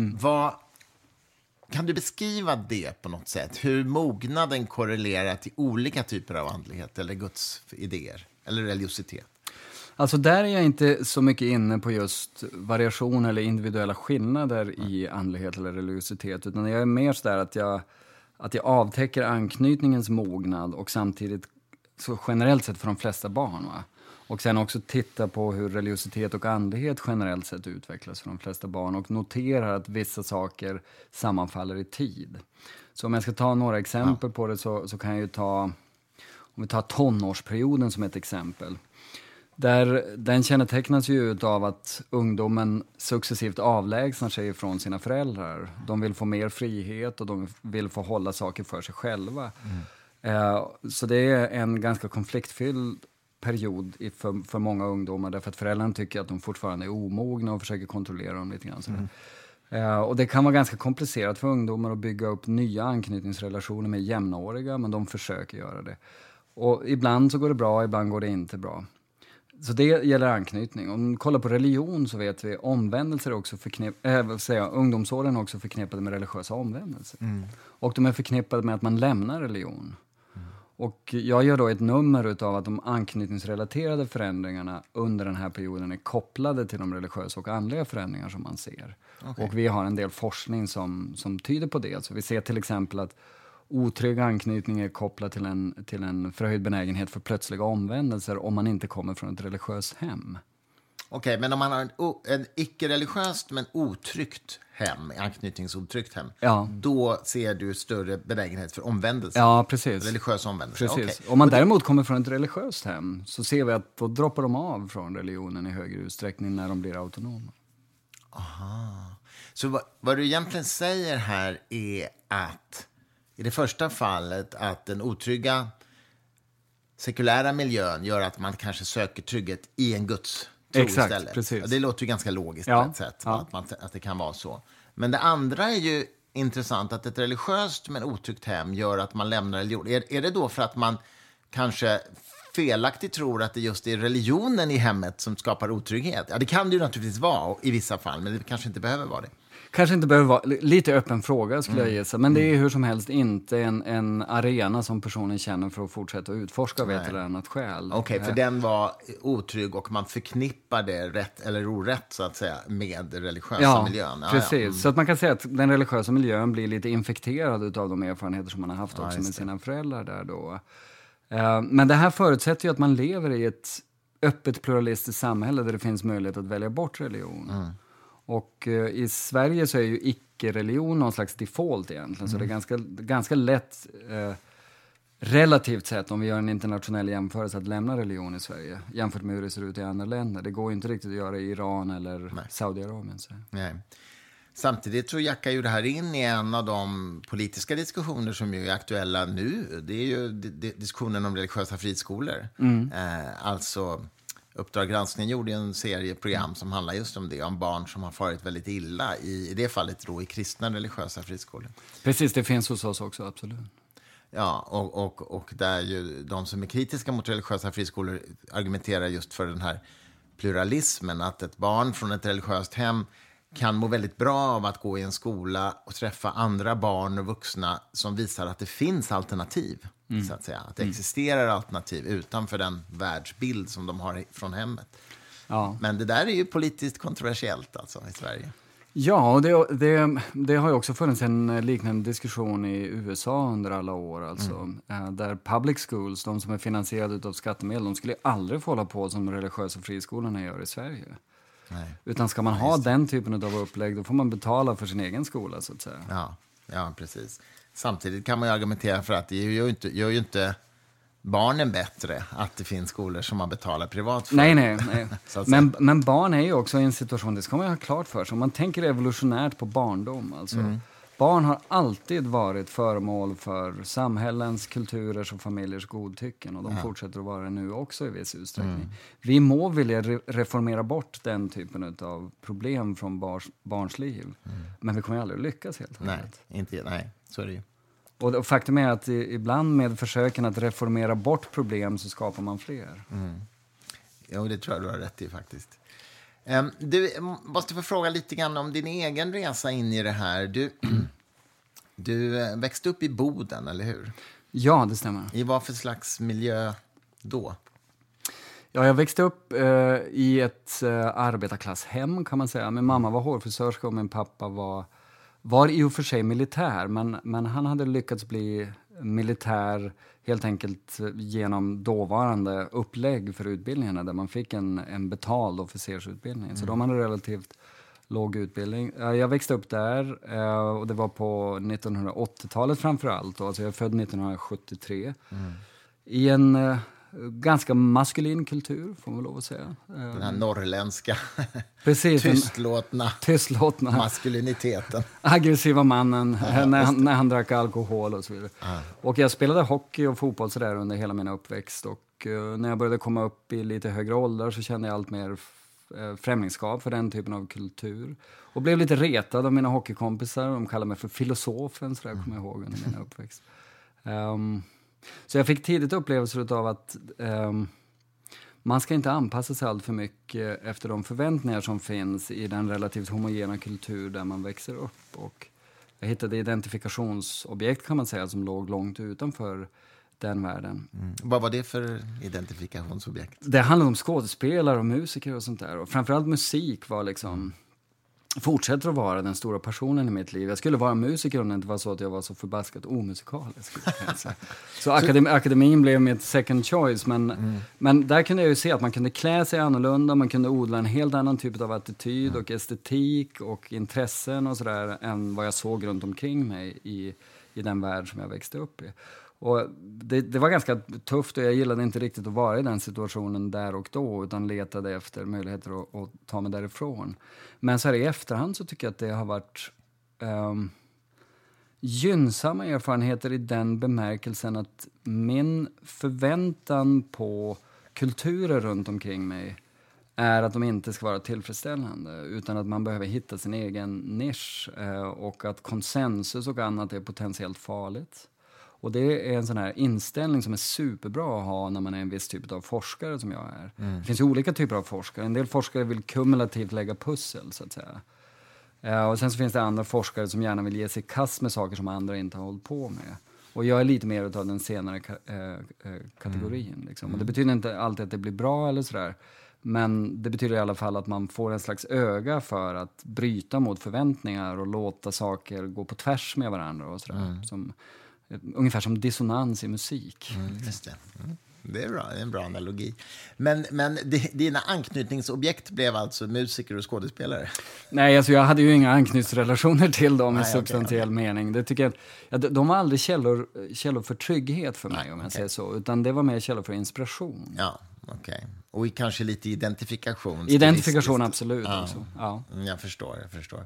A: Kan du beskriva det på något sätt? Hur mognaden korrelerar till olika typer av andlighet eller Guds idéer eller religiositet?
B: Alltså där är jag inte så mycket inne på just variation eller individuella skillnader i andlighet eller religiositet, utan jag är mer så där att jag avtäcker anknytningens mognad och samtidigt så generellt sett för de flesta barn. Va? Och sen också titta på hur religiositet och andlighet generellt sett utvecklas för de flesta barn och noterar att vissa saker sammanfaller i tid. Så om jag ska ta några exempel på det så kan jag ju om vi tar tonårsperioden som ett exempel. Den kännetecknas ju av att ungdomen successivt avlägsnar sig från sina föräldrar. De vill få mer frihet och de vill få hålla saker för sig själva. Så det är en ganska konfliktfylld period för många ungdomar därför att föräldrarna tycker att de fortfarande är omogna och försöker kontrollera dem lite grann. Och det kan vara ganska komplicerat för ungdomar att bygga upp nya anknytningsrelationer med jämnåriga, men de försöker göra det. Och ibland så går det bra, ibland går det inte bra. Så det gäller anknytning. Om vi kollar på religion så vet vi omvändelser är också ungdomsåren är också förknippade med religiösa omvändelser. Och de är förknippade med att man lämnar religion. Och jag gör då ett nummer utav att de anknytningsrelaterade förändringarna under den här perioden är kopplade till de religiösa och andliga förändringar som man ser. Okay. Och vi har en del forskning som tyder på det. Så vi ser till exempel att otrygg anknytning är kopplad till en förhöjd benägenhet för plötsliga omvändelser om man inte kommer från ett religiöst hem.
A: Okej, men om man har en icke-religiöst men otryggt hem, anknytningsotryggt hem, då ser du större benägenhet för omvändelse.
B: Ja, precis.
A: Religiös omvändelse.
B: Precis. Okay. Om man däremot kommer från ett religiöst hem så ser vi att då droppar de av från religionen i högre utsträckning när de blir autonoma.
A: Aha. Så vad du egentligen säger här är att i det första fallet att den otrygga sekulära miljön gör att man kanske söker trygghet i en Guds tro istället. Precis. Det låter ju ganska logiskt på ett sätt, att det kan vara så. Men det andra är ju intressant, att ett religiöst men otryggt hem gör att man lämnar religion. Är det då för att man kanske felaktigt tror att det just är religionen i hemmet som skapar otrygghet? Ja, det kan det ju naturligtvis vara i vissa fall, men det kanske inte behöver vara det.
B: Kanske inte behöver vara, lite öppen fråga skulle jag gissa, men det är hur som helst inte en arena som personen känner för att fortsätta att utforska av ett eller annat skäl.
A: Okej, för den var otrygg och man förknippar det rätt eller orätt så att säga med den religiösa miljön.
B: Ja, precis. Så att man kan säga att den religiösa miljön blir lite infekterad av de erfarenheter som man har haft också med sina föräldrar där då. Men det här förutsätter ju att man lever i ett öppet pluralistiskt samhälle där det finns möjlighet att välja bort religion. Och i Sverige så är ju icke-religion någon slags default egentligen. Så det är ganska lätt, relativt sett, om vi gör en internationell jämförelse, att lämna religion i Sverige jämfört med hur det ser ut i andra länder. Det går ju inte riktigt att göra i Iran eller Saudiarabien. Så.
A: Nej. Samtidigt så jackar ju det här in i en av de politiska diskussioner som ju är aktuella nu. Det är ju diskussionen om religiösa friskolor. Alltså Uppdrag granskning gjorde en serie program som handlar just om det, om barn som har farit väldigt illa, i det fallet då i kristna religiösa friskolor.
B: Precis, det finns hos oss också, absolut.
A: Ja, och där ju de som är kritiska mot religiösa friskolor argumenterar just för den här pluralismen, att ett barn från ett religiöst hem kan må väldigt bra av att gå i en skola och träffa andra barn och vuxna som visar att det finns alternativ, så att säga. Att det existerar alternativ utanför den världsbild som de har från hemmet. Ja. Men det där är ju politiskt kontroversiellt alltså i Sverige.
B: Ja, och det har ju också funnits en liknande diskussion i USA under alla år. Alltså, där public schools, de som är finansierade av skattemedel, de skulle aldrig få hålla på som religiösa friskolorna gör i Sverige. Nej. Utan ska man ha den typen av upplägg, då får man betala för sin egen skola, så att säga.
A: Ja, precis. Samtidigt kan man ju argumentera för att det gör ju inte barnen bättre att det finns skolor som man betalar privat för.
B: Nej. men barn är ju också i en situation, det ska man ju ha klart för sig. Om man tänker evolutionärt på barndom, alltså. Barn har alltid varit föremål för samhällens, kulturers och familjers godtycken. Och de fortsätter att vara det nu också i viss utsträckning. Vi må vilja reformera bort den typen av problem från barns liv. Men vi kommer aldrig att lyckas helt enkelt.
A: Nej, så är det ju.
B: Och faktum är att ibland med försöken att reformera bort problem så skapar man fler.
A: Jo, det tror jag du har rätt i faktiskt. Du måste få fråga lite grann om din egen resa in i det här. Du växte upp i Boden, eller hur?
B: Ja, det stämmer.
A: I vad för slags miljö då?
B: Ja, jag växte upp i ett arbetarklasshem kan man säga. Min mamma var hårfrisörska och min pappa var i och för sig militär. Men han hade lyckats bli militär helt enkelt genom dåvarande upplägg för utbildningarna där man fick en betald officersutbildning. Så de hade relativt låg utbildning. Jag växte upp där och det var på 1980-talet framför allt. Alltså jag är född 1973. I en ganska maskulin kultur, får man lov att säga.
A: Den här norrländska,
B: precis,
A: tystlåtna maskuliniteten.
B: Aggressiva mannen när han drack alkohol och så vidare. Och jag spelade hockey och fotboll så där under hela min uppväxt. Och när jag började komma upp i lite högre åldrar så kände jag allt mer främlingskap för den typen av kultur. Och blev lite retad av mina hockeykompisar. De kallade mig för filosofen, så där kommer jag ihåg under min uppväxt. Så jag fick tidigt upplevelser av att man ska inte anpassa sig allt för mycket efter de förväntningar som finns i den relativt homogena kultur där man växer upp. Och jag hittade identifikationsobjekt kan man säga som låg långt utanför den världen.
A: Vad var det för identifikationsobjekt?
B: Det handlade om skådespelare och musiker och sånt där. Och framförallt musik var liksom... fortsätter att vara den stora passionen i mitt liv. Jag skulle vara musiker om det inte var så att jag var så förbaskat omusikalisk. Så akademin blev mitt second choice. Men där kunde jag ju se att man kunde klä sig annorlunda. Man kunde odla en helt annan typ av attityd och estetik och intressen och sådär än vad jag såg runt omkring mig i den värld som jag växte upp i. Och det var ganska tufft och jag gillade inte riktigt att vara i den situationen där och då utan letade efter möjligheter att ta mig därifrån. Men så här i efterhand så tycker jag att det har varit gynnsamma erfarenheter i den bemärkelsen att min förväntan på kulturer runt omkring mig är att de inte ska vara tillfredsställande utan att man behöver hitta sin egen nisch och att konsensus och annat är potentiellt farligt. Och det är en sån här inställning som är superbra att ha när man är en viss typ av forskare som jag är. Det finns ju olika typer av forskare. En del forskare vill kumulativt lägga pussel så att säga. Och sen så finns det andra forskare som gärna vill ge sig i kast med saker som andra inte har hållit på med. Och jag är lite mer av den senare kategorin. Liksom. Och det betyder inte alltid att det blir bra eller sådär. Men det betyder i alla fall att man får en slags öga för att bryta mot förväntningar och låta saker gå på tvärs med varandra och sådär. Ungefär som dissonans i musik.
A: Just det. Det är bra, det är en bra analogi. Men dina anknytningsobjekt blev alltså musiker och skådespelare?
B: Nej, alltså jag hade ju inga anknytningsrelationer till dem i substantiell mening. Det tycker jag, de var aldrig källor för trygghet för mig, om jag säger så. Utan det var mer källor för inspiration.
A: Ja, okej. Och kanske lite identifikation.
B: Identifikation, absolut. Också. Ja.
A: Jag förstår.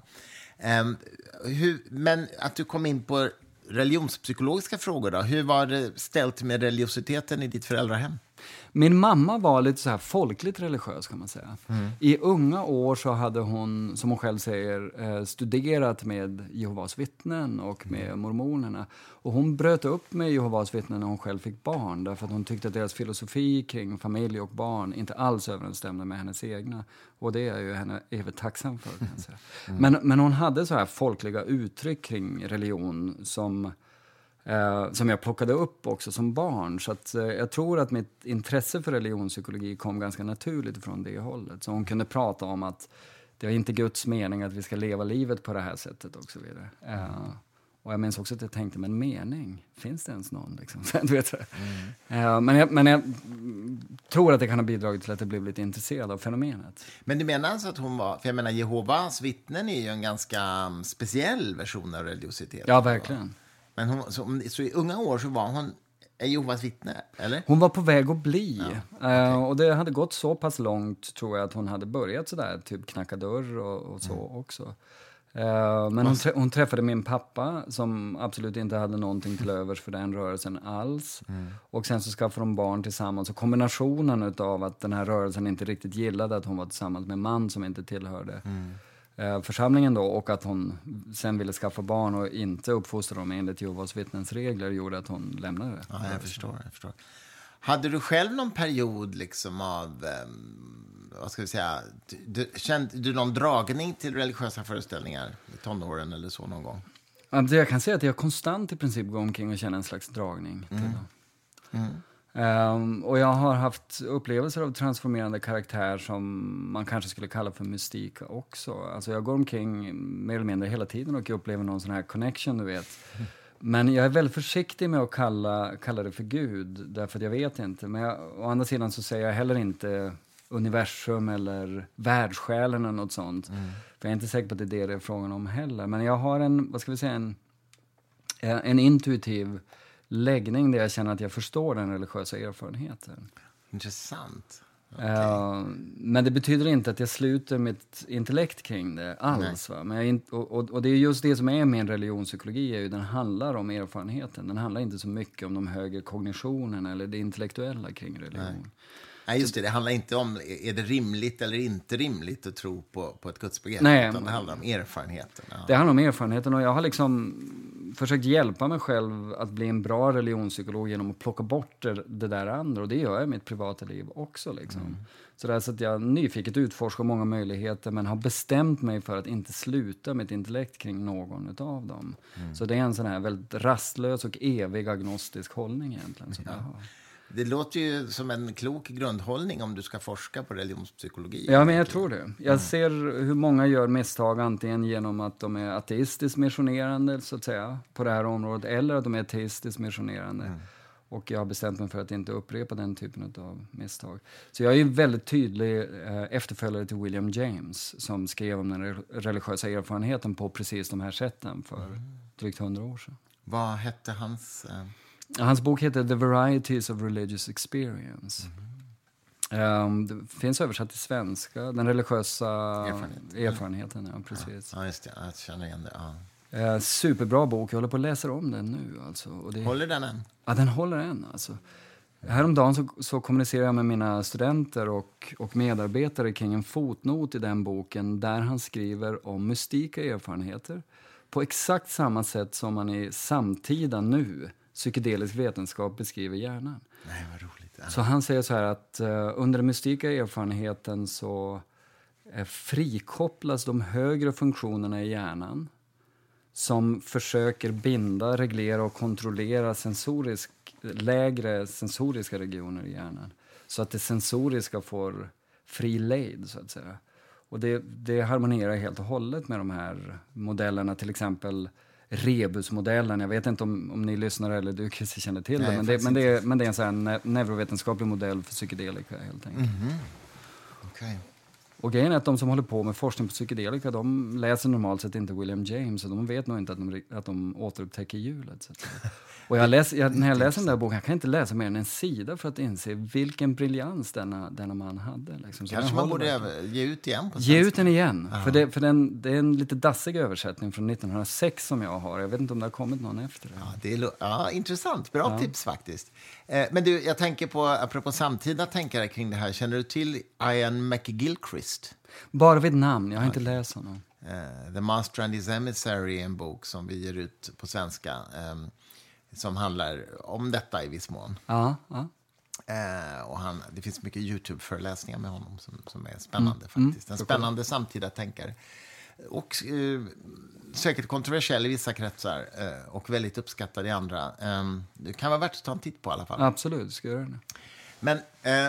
A: Men att du kom in på religionspsykologiska frågor då. Hur var det ställt med religiositeten i ditt föräldrahem?
B: Min mamma var lite så här folkligt religiös kan man säga. I unga år så hade hon, som hon själv säger, studerat med Jehovas vittnen och med mormonerna. Och hon bröt upp med Jehovas vittnen när hon själv fick barn. Därför att hon tyckte att deras filosofi kring familj och barn inte alls överensstämde med hennes egna. Och det är ju henne evigt tacksam för kan jag säga. Men hon hade så här folkliga uttryck kring religion som jag plockade upp också som barn. Så att, jag tror att mitt intresse för religionspsykologi kom ganska naturligt från det hållet. Så hon kunde prata om att det är inte Guds mening att vi ska leva livet på det här sättet och så vidare. Och jag minns också att jag tänkte, men mening, finns det ens någon? Liksom? Du vet men jag tror att det kan ha bidragit till att jag blev lite intresserad av fenomenet.
A: Men du menar alltså att hon var, för jag menar Jehovas vittnen är ju en ganska speciell version av religiositet.
B: Ja, verkligen.
A: Men så i unga år så var hon Jehovas vittne, eller?
B: Hon var på väg att bli. Och det hade gått så pass långt, tror jag, att hon hade börjat sådär, typ knacka dörr och så också. Men hon träffade min pappa som absolut inte hade någonting till övers för den rörelsen alls. Och sen så skaffade de barn tillsammans. Och kombinationen av att den här rörelsen inte riktigt gillade att hon var tillsammans med en man som inte tillhörde församlingen då, och att hon sen ville skaffa barn och inte uppfostra dem enligt Jehovas vittnens regler gjorde att hon lämnade det.
A: Ja, jag förstår. Hade du själv någon period liksom av, vad ska vi säga, kände du någon dragning till religiösa föreställningar i tonåren eller så någon gång?
B: Alltså jag kan säga att jag konstant i princip går omkring och känner en slags dragning till det. Och jag har haft upplevelser av transformerande karaktär som man kanske skulle kalla för mystika också. Alltså jag går omkring mer eller mindre hela tiden och upplever någon sån här connection, du vet. Men jag är väldigt försiktig med att kalla det för Gud, därför att jag vet inte. Men å andra sidan så säger jag heller inte universum eller världssjälen eller något sånt. För jag är inte säker på att det är det är frågan om heller. Men jag har en intuitiv läggning där jag känner att jag förstår den religiösa erfarenheten.
A: Intressant.
B: Men det betyder inte att jag sluter mitt intellekt kring det alls. Va? Men och det är just det som är min religionspsykologi, den handlar om erfarenheten. Den handlar inte så mycket om de högre kognitionerna eller det intellektuella kring religion.
A: Nej, just det. Det handlar inte om är det rimligt eller inte rimligt att tro på ett gudsbegrepp.
B: Nej,
A: utan det handlar om erfarenheten. Ja.
B: Det handlar om erfarenheten, och jag har liksom försökt hjälpa mig själv att bli en bra religionspsykolog genom att plocka bort det där andra. Och det gör jag i mitt privata liv också. Liksom. Så att jag nyfiket utforskar många möjligheter, men har bestämt mig för att inte sluta mitt intellekt kring någon av dem. Så det är en sån här väldigt rastlös och evig agnostisk hållning egentligen som jag har.
A: Det låter ju som en klok grundhållning om du ska forska på religionspsykologi.
B: Ja, men jag tror det. Jag ser hur många gör misstag antingen genom att de är ateistiskt missionerande så att säga, på det här området, eller att de är ateistiskt missionerande. Och jag har bestämt mig för att inte upprepa den typen av misstag. Så jag är ju väldigt tydlig efterföljare till William James, som skrev om den religiösa erfarenheten på precis de här sätten för drygt 100 år sedan.
A: Vad hette hans...
B: Hans bok heter The Varieties of Religious Experience. Det finns översatt till svenska. Den religiösa erfarenheten. Ja, precis.
A: Ja, just det. Jag känner igen det.
B: Superbra bok. Jag håller på att läsa om den nu. Alltså. Och
A: håller den än?
B: Ja, den håller än. Alltså. Häromdagen så kommunicerar jag med mina studenter och medarbetare kring en fotnot i den boken där han skriver om mystika erfarenheter på exakt samma sätt som man i samtida nu psykedelisk vetenskap beskriver hjärnan.
A: Nej, vad roligt. Ja.
B: Så han säger så här att under den mystika erfarenheten så frikopplas de högre funktionerna i hjärnan som försöker binda, reglera och kontrollera lägre sensoriska regioner i hjärnan. Så att det sensoriska får fri lejd, så att säga. Och det harmonerar helt och hållet med de här modellerna, till exempel rebusmodellen. Jag vet inte om ni lyssnar eller du kanske känner till det, men det är en sån här neurovetenskaplig modell för psykedelika helt enkelt.
A: Okay.
B: Och grejen är att de som håller på med forskning på psykedelika, de läser normalt sett inte William James, och de vet nog inte att de återupptäcker hjulet. Så att säga. Och när jag läser den där boken, jag kan inte läsa mer än en sida för att inse vilken briljans denna man hade. Liksom.
A: Kanske man borde ge ut igen på
B: svenska. Ge ut den igen, för det är en lite dassig översättning från 1906 som jag har. Jag vet inte om det har kommit någon efter det.
A: Ja, intressant. Bra tips faktiskt. Men du, jag tänker på, apropå samtida tänkare kring det här, känner du till Ian McGilchrist?
B: Bara vid namn, jag har inte läst honom.
A: The Master and His Emissary är en bok som vi ger ut på svenska som handlar om detta i viss mån. Och det finns mycket YouTube-föreläsningar med honom som är spännande faktiskt. En spännande samtida tänkare. Och säkert kontroversiell i vissa kretsar och väldigt uppskattad i andra. Det kan vara värt att ta en titt på i alla fall.
B: Absolut, ska jag göra det.
A: Men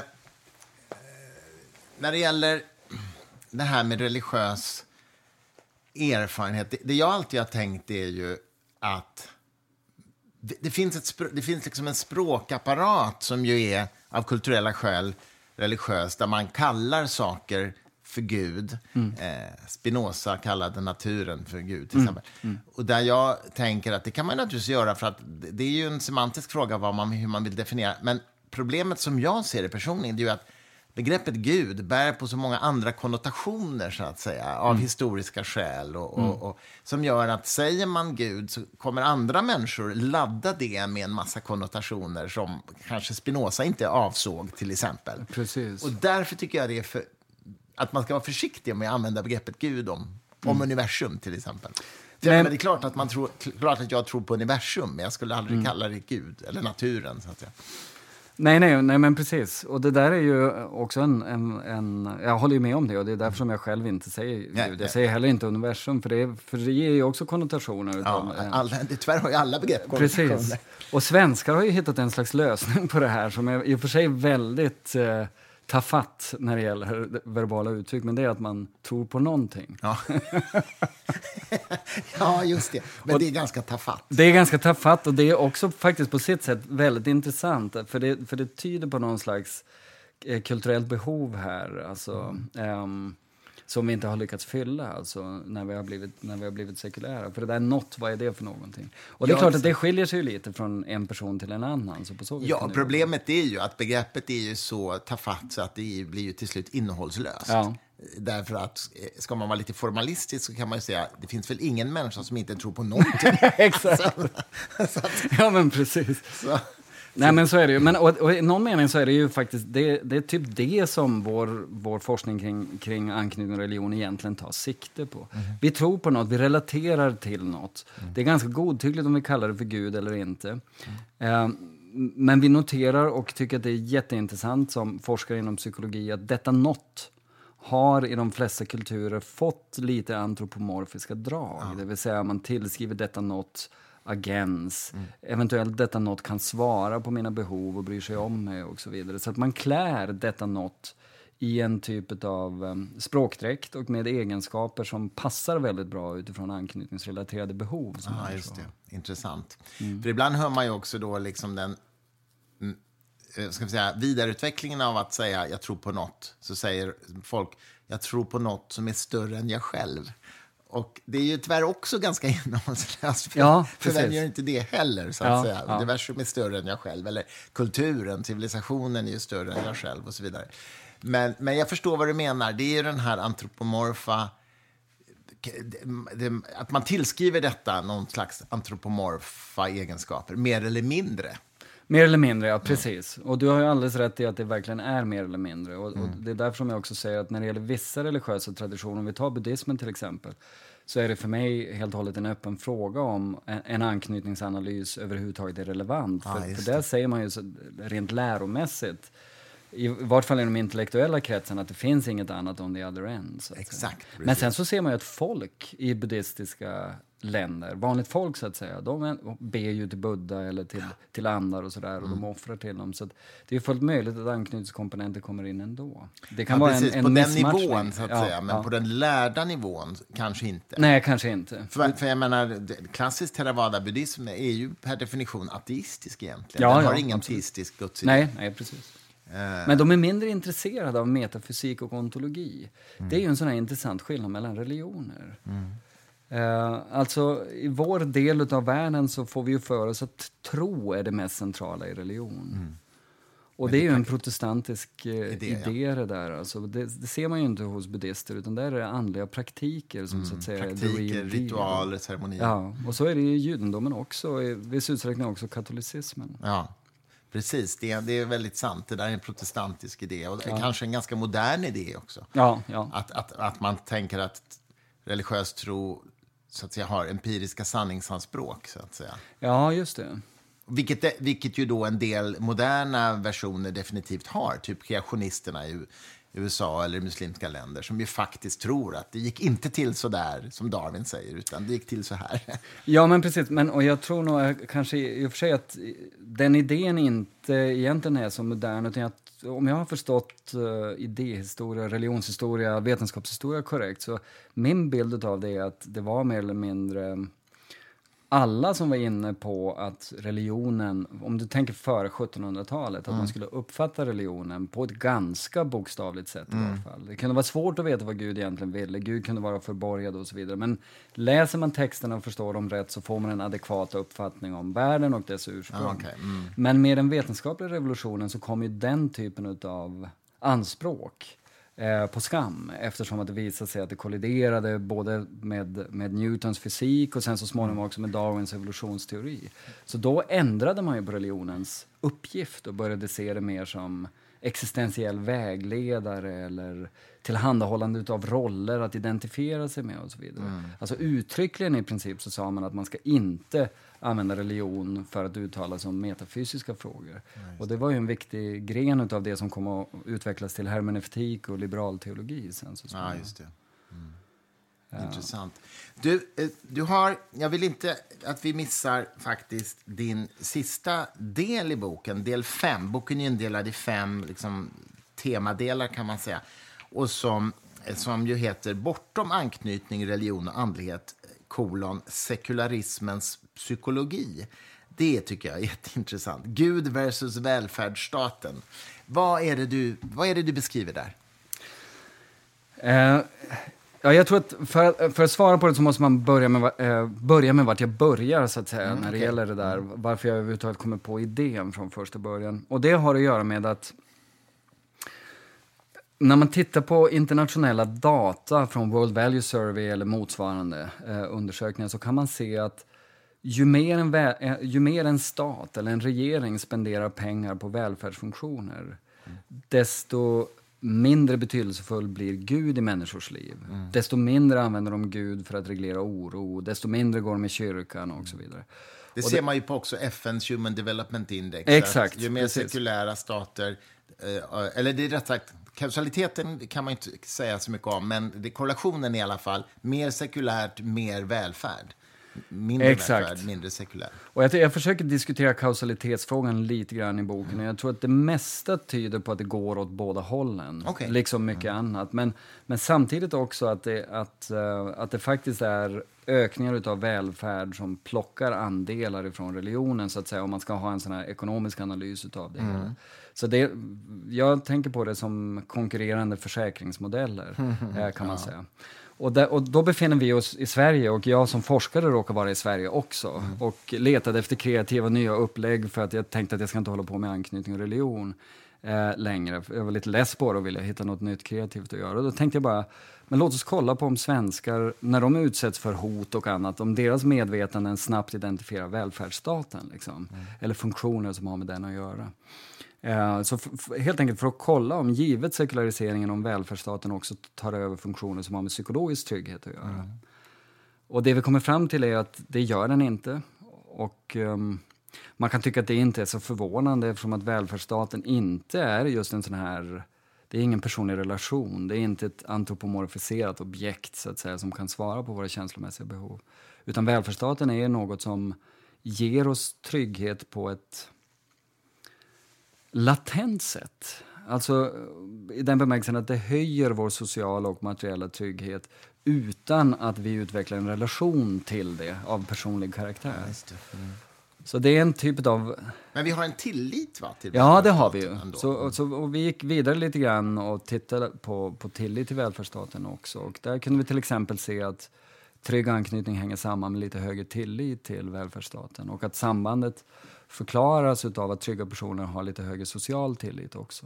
A: när det gäller det här med religiös erfarenhet, det jag alltid har tänkt är ju att det finns liksom en språkapparat som ju är av kulturella skäl religiös, där man kallar saker för Gud. Spinoza kallade naturen för Gud till exempel. Och där jag tänker att det kan man naturligtvis göra, för att det är ju en semantisk fråga hur man vill definiera. Men problemet som jag ser det personligen, det är ju att begreppet Gud bär på så många andra konnotationer så att säga, av historiska skäl och som gör att säger man Gud så kommer andra människor ladda det med en massa konnotationer som kanske Spinoza inte avsåg till exempel.
B: Precis.
A: Och därför tycker jag att man ska vara försiktig med att använda begreppet Gud om om universum till exempel. Det är klart att jag tror på universum, men jag skulle aldrig kalla det Gud eller naturen, så att säga.
B: Nej, men precis. Och det där är ju också jag håller ju med om det, och det är därför som jag själv inte säger Gud. Jag säger heller inte universum, för det ger ju också konnotationer.
A: Tyvärr har ju alla begrepp konnotationer.
B: Precis. Och svenskar har ju hittat en slags lösning på det här som är i och för sig väldigt tafatt när det gäller verbala uttryck, men det är att man tror på någonting.
A: Ja, ja just det. Men det är ganska tafatt.
B: Det är ganska tafatt, och det är också faktiskt på sitt sätt väldigt intressant, för det tyder på någon slags kulturellt behov här, alltså, som vi inte har lyckats fylla, alltså, när vi har blivit sekulära. För det där något, vad är det för någonting? Och det är klart att det skiljer sig lite från en person till en annan. Så på så
A: problemet är ju att begreppet är ju så tafatt så att det blir ju till slut innehållslöst. Ja. Därför att ska man vara lite formalistisk så kan man ju säga att det finns väl ingen människa som inte tror på någonting.
B: Exakt. Ja, men precis. Nej, men så är det ju. Men, och i någon mening så är det ju faktiskt det är typ det som vår forskning kring anknytning och religion egentligen tar sikte på. Vi tror på något, vi relaterar till något. Det är ganska godtyckligt om vi kallar det för Gud eller inte. Men vi noterar och tycker att det är jätteintressant som forskare inom psykologi att detta något har i de flesta kulturer fått lite antropomorfiska drag. Det vill säga man tillskriver detta något agens. Eventuellt detta något kan svara på mina behov och bryr sig om mig och så vidare. Så att man klär detta något i en typ av språkdräkt och med egenskaper som passar väldigt bra utifrån anknytningsrelaterade behov. Som
A: just det. Intressant. För ibland hör man ju också då liksom den ska vi säga, vidareutvecklingen av att säga jag tror på något. Så säger folk jag tror på något som är större än jag själv. Och det är ju tyvärr också ganska innehållslöst. För vem gör inte det heller, så att säga. Universum är större än jag själv. Eller kulturen, civilisationen är ju större än jag själv och så vidare. Men jag förstår vad du menar. Det är ju den här antropomorfa... Att man tillskriver detta någon slags antropomorfa egenskaper, mer eller mindre.
B: Mer eller mindre, ja, precis. Och du har ju alldeles rätt i att det verkligen är mer eller mindre. Och det är därför som jag också säger att när det gäller vissa religiösa traditioner, om vi tar buddhismen till exempel, så är det för mig helt och hållet en öppen fråga om en anknytningsanalys överhuvudtaget är relevant. För där säger man ju så, rent läromässigt, i vart fall i de intellektuella kretsen, att det finns inget annat on the other end. Så att
A: exakt.
B: Men sen så ser man ju att folk i buddhistiska länder, vanligt folk så att säga, de ber ju till Buddha eller till andar och sådär, och de offrar till dem. Så att det är fullt möjligt att anknytningskomponenter kommer in ändå. Det kan vara en
A: på den nivån så att säga, men på den lärda nivån kanske inte.
B: Nej, kanske inte.
A: För jag menar, klassisk Theravada-buddhism är ju per definition ateistisk egentligen. Den har ingen teistisk gudsidé.
B: Nej, precis. Men de är mindre intresserade av metafysik och ontologi. Det är ju en sån här intressant skillnad mellan religioner. Alltså i vår del av världen så får vi ju för oss att tro är det mest centrala i religion. Och det är ju en protestantisk idé det där. Alltså, det ser man ju inte hos buddhister, utan där är det andliga praktiker som så att säga
A: praktiker, ritualer, ceremonier.
B: Ja, och så är det i judendomen också, i viss utsträckning också katolicismen.
A: Ja. Precis, det är väldigt sant. Det där är en protestantisk idé och kanske en ganska modern idé också.
B: Ja.
A: Att man tänker att religiös tro så att säga har empiriska sanningsanspråk, så att säga.
B: Ja, just det.
A: Vilket ju då en del moderna versioner definitivt har, typ kreationisterna i USA eller i muslimska länder, som ju faktiskt tror att det gick inte till så där som Darwin säger, utan det gick till så här.
B: Ja, men precis. Och jag tror nog kanske i och för sig att den idén inte egentligen är så modern, utan att om jag har förstått idéhistoria, religionshistoria, vetenskapshistoria korrekt, så min bild av det är att det var mer eller mindre alla som var inne på att religionen, om du tänker före 1700-talet, att man skulle uppfatta religionen på ett ganska bokstavligt sätt i alla fall. Det kunde vara svårt att veta vad Gud egentligen ville. Gud kunde vara förborgad och så vidare. Men läser man texterna och förstår dem rätt så får man en adekvat uppfattning om världen och dess ursprung. Men med den vetenskapliga revolutionen så kom ju den typen av anspråk på skam, eftersom att det visade sig att det kolliderade både med Newtons fysik och sen så småningom också med Darwins evolutionsteori. Så då ändrade man ju på religionens uppgift och började se det mer som existentiell vägledare eller tillhandahållande av roller att identifiera sig med och så vidare. Alltså uttryckligen i princip så sa man att man ska inte använda religion för att uttala sig om metafysiska frågor. Och det var ju en viktig gren av det som kom att utvecklas till hermeneutik och liberal teologi sen så småningom.
A: Ja, just det. Intressant. Du har, jag vill inte att vi missar faktiskt din sista del i boken, del 5. Boken är indelad i 5 liksom, temadelar kan man säga. Och som ju heter Bortom anknytning, religion och andlighet, sekularismens psykologi. Det tycker jag är jätteintressant. Gud versus välfärdsstaten. Vad är det du beskriver där?
B: Ja, jag tror att för att svara på det så måste man börja med vart jag börjar så att säga, när det gäller det där. Varför jag överhuvudtaget kommer på idén från första början. Och det har att göra med att när man tittar på internationella data från World Value Survey eller motsvarande undersökningar så kan man se att ju mer en stat eller en regering spenderar pengar på välfärdsfunktioner, desto mindre betydelsefull blir Gud i människors liv. Desto mindre använder de Gud för att reglera oro, desto mindre går de i kyrkan och så vidare.
A: Det ser man ju på också FNs Human Development Index.
B: Exakt.
A: Ju mer sekulära stater, eller det är rätt sagt, kausaliteten kan man inte säga så mycket om, men korrelationen är i alla fall mer sekulärt, mer välfärd. Mindre välfärd, mindre sekulär.
B: Och jag försöker diskutera kausalitetsfrågan lite grann i boken. Och jag tror att det mesta tyder på att det går åt båda hållen. Liksom mycket annat. Men samtidigt också att det faktiskt är ökningar utav välfärd som plockar andelar ifrån religionen, så att säga, om man ska ha en sån här ekonomisk analys utav det hela. Så jag tänker på det som konkurrerande försäkringsmodeller, kan man säga. Och då befinner vi oss i Sverige, och jag som forskare råkar vara i Sverige också. Och letade efter kreativa nya upplägg för att jag tänkte att jag ska inte hålla på med anknytning och religion längre. Jag var lite less på det och ville hitta något nytt kreativt att göra. Och då tänkte jag bara, men låt oss kolla på om svenskar, när de utsätts för hot och annat, om deras medvetanden snabbt identifierar välfärdsstaten. Liksom, eller funktioner som har med den att göra. Så helt enkelt för att kolla om givet sekulariseringen, om välfärdsstaten också tar över funktioner som har med psykologisk trygghet att göra. Och det vi kommer fram till är att det gör den inte. Och man kan tycka att det inte är så förvånande, eftersom att välfärdsstaten inte är just en sån här, det är ingen personlig relation, det är inte ett antropomorfiserat objekt så att säga, som kan svara på våra känslomässiga behov. Utan välfärdsstaten är något som ger oss trygghet på ett latent sätt. Alltså i den bemärkelsen att det höjer vår sociala och materiella trygghet utan att vi utvecklar en relation till det av personlig karaktär. Så det är en typ av... Men
A: vi har en tillit, va?
B: Ja, det har vi ju. Och vi gick vidare lite grann och tittade på tillit till välfärdsstaten också. Och där kunde vi till exempel se att trygg anknytning hänger samman med lite högre tillit till välfärdsstaten. Och att sambandet förklaras av att trygga personer har lite högre social tillit också.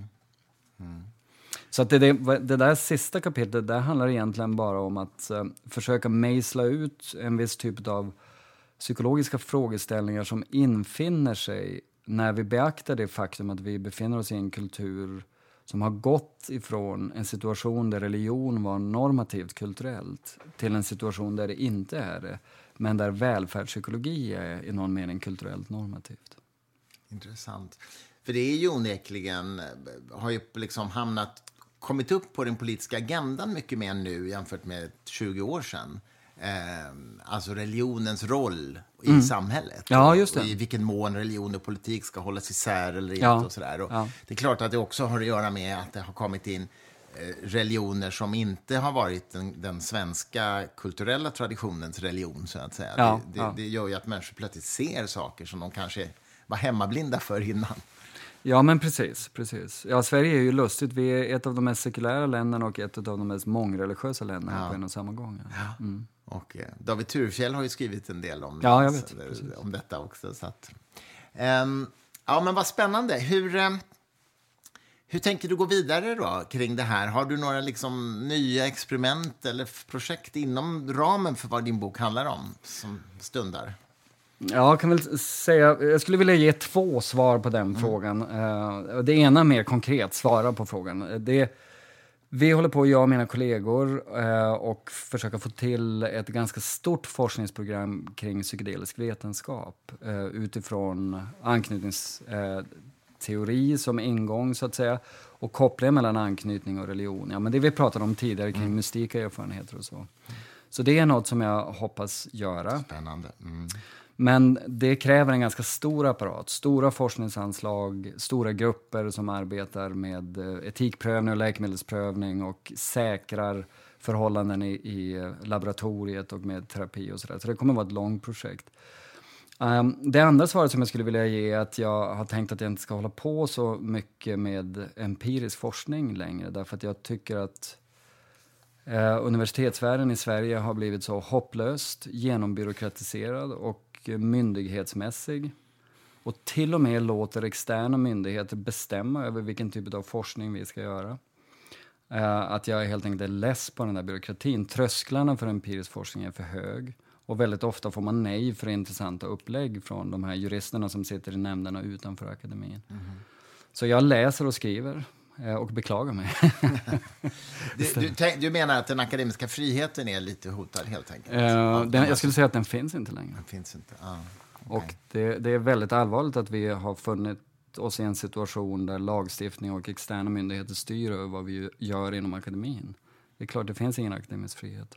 B: Så att det där sista kapitlet, där handlar egentligen bara om att försöka mejsla ut en viss typ av psykologiska frågeställningar som infinner sig när vi beaktar det faktum att vi befinner oss i en kultur som har gått ifrån en situation där religion var normativt kulturellt till en situation där det inte är det, men där välfärdspsykologi är i någon mening kulturellt normativt.
A: Intressant. För det är ju onekligen, har ju liksom kommit upp på den politiska agendan mycket mer nu jämfört med 20 år sedan. Alltså religionens roll i samhället.
B: Ja, just det.
A: Och i vilken mån religion och politik ska hållas isär eller inte. Och sådär. Och det är klart att det också har att göra med att det har kommit in religioner som inte har varit den svenska kulturella traditionens religion, så att säga. Det gör ju att människor plötsligt ser saker som de kanske var hemmablinda för innan. Ja,
B: men precis. Ja, Sverige är ju lustigt. Vi är ett av de mest sekulära länderna och ett av de mest mångreligiösa länderna på en och samma gång.
A: Och David Thurfjell har ju skrivit en del om, om detta också. Så att, men vad spännande. Hur tänker du gå vidare då kring det här? Har du några nya experiment eller projekt inom ramen för vad din bok handlar om som stundar?
B: Ja, jag kan väl säga, jag skulle vilja ge 2 svar på den frågan. Det ena mer konkret, svara på frågan. Vi håller på, jag och mina kollegor, och försöka få till ett ganska stort forskningsprogram kring psykedelisk vetenskap utifrån anknytningsteori som ingång så att säga, och kopplingen mellan anknytning och religion. Ja, men det vi pratade om tidigare kring mystika erfarenheter och så. Så det är något som jag hoppas göra.
A: Spännande.
B: Men det kräver en ganska stor apparat, stora forskningsanslag, stora grupper som arbetar med etikprövning och läkemedelsprövning och säkrar förhållanden i laboratoriet och med terapi och sådär. Så det kommer att vara ett långt projekt. Det andra svaret som jag skulle vilja ge är att jag har tänkt att jag inte ska hålla på så mycket med empirisk forskning längre. Därför att jag tycker att universitetsvärlden i Sverige har blivit så hopplöst genombyråkratiserad och myndighetsmässig. Och till och med låter externa myndigheter bestämma över vilken typ av forskning vi ska göra. Att jag helt enkelt är less på den där byråkratin. Trösklarna för empirisk forskning är för hög. Och väldigt ofta får man nej för intressanta upplägg från de här juristerna som sitter i nämnderna utanför akademin. Så jag läser och skriver och beklagar mig.
A: Du menar att den akademiska friheten är lite hotad helt enkelt?
B: Jag skulle säga att den finns inte längre.
A: Den finns inte, okay.
B: Och det är väldigt allvarligt att vi har funnit oss i en situation där lagstiftning och externa myndigheter styr över vad vi gör inom akademin. Det är klart, det finns ingen akademisk frihet.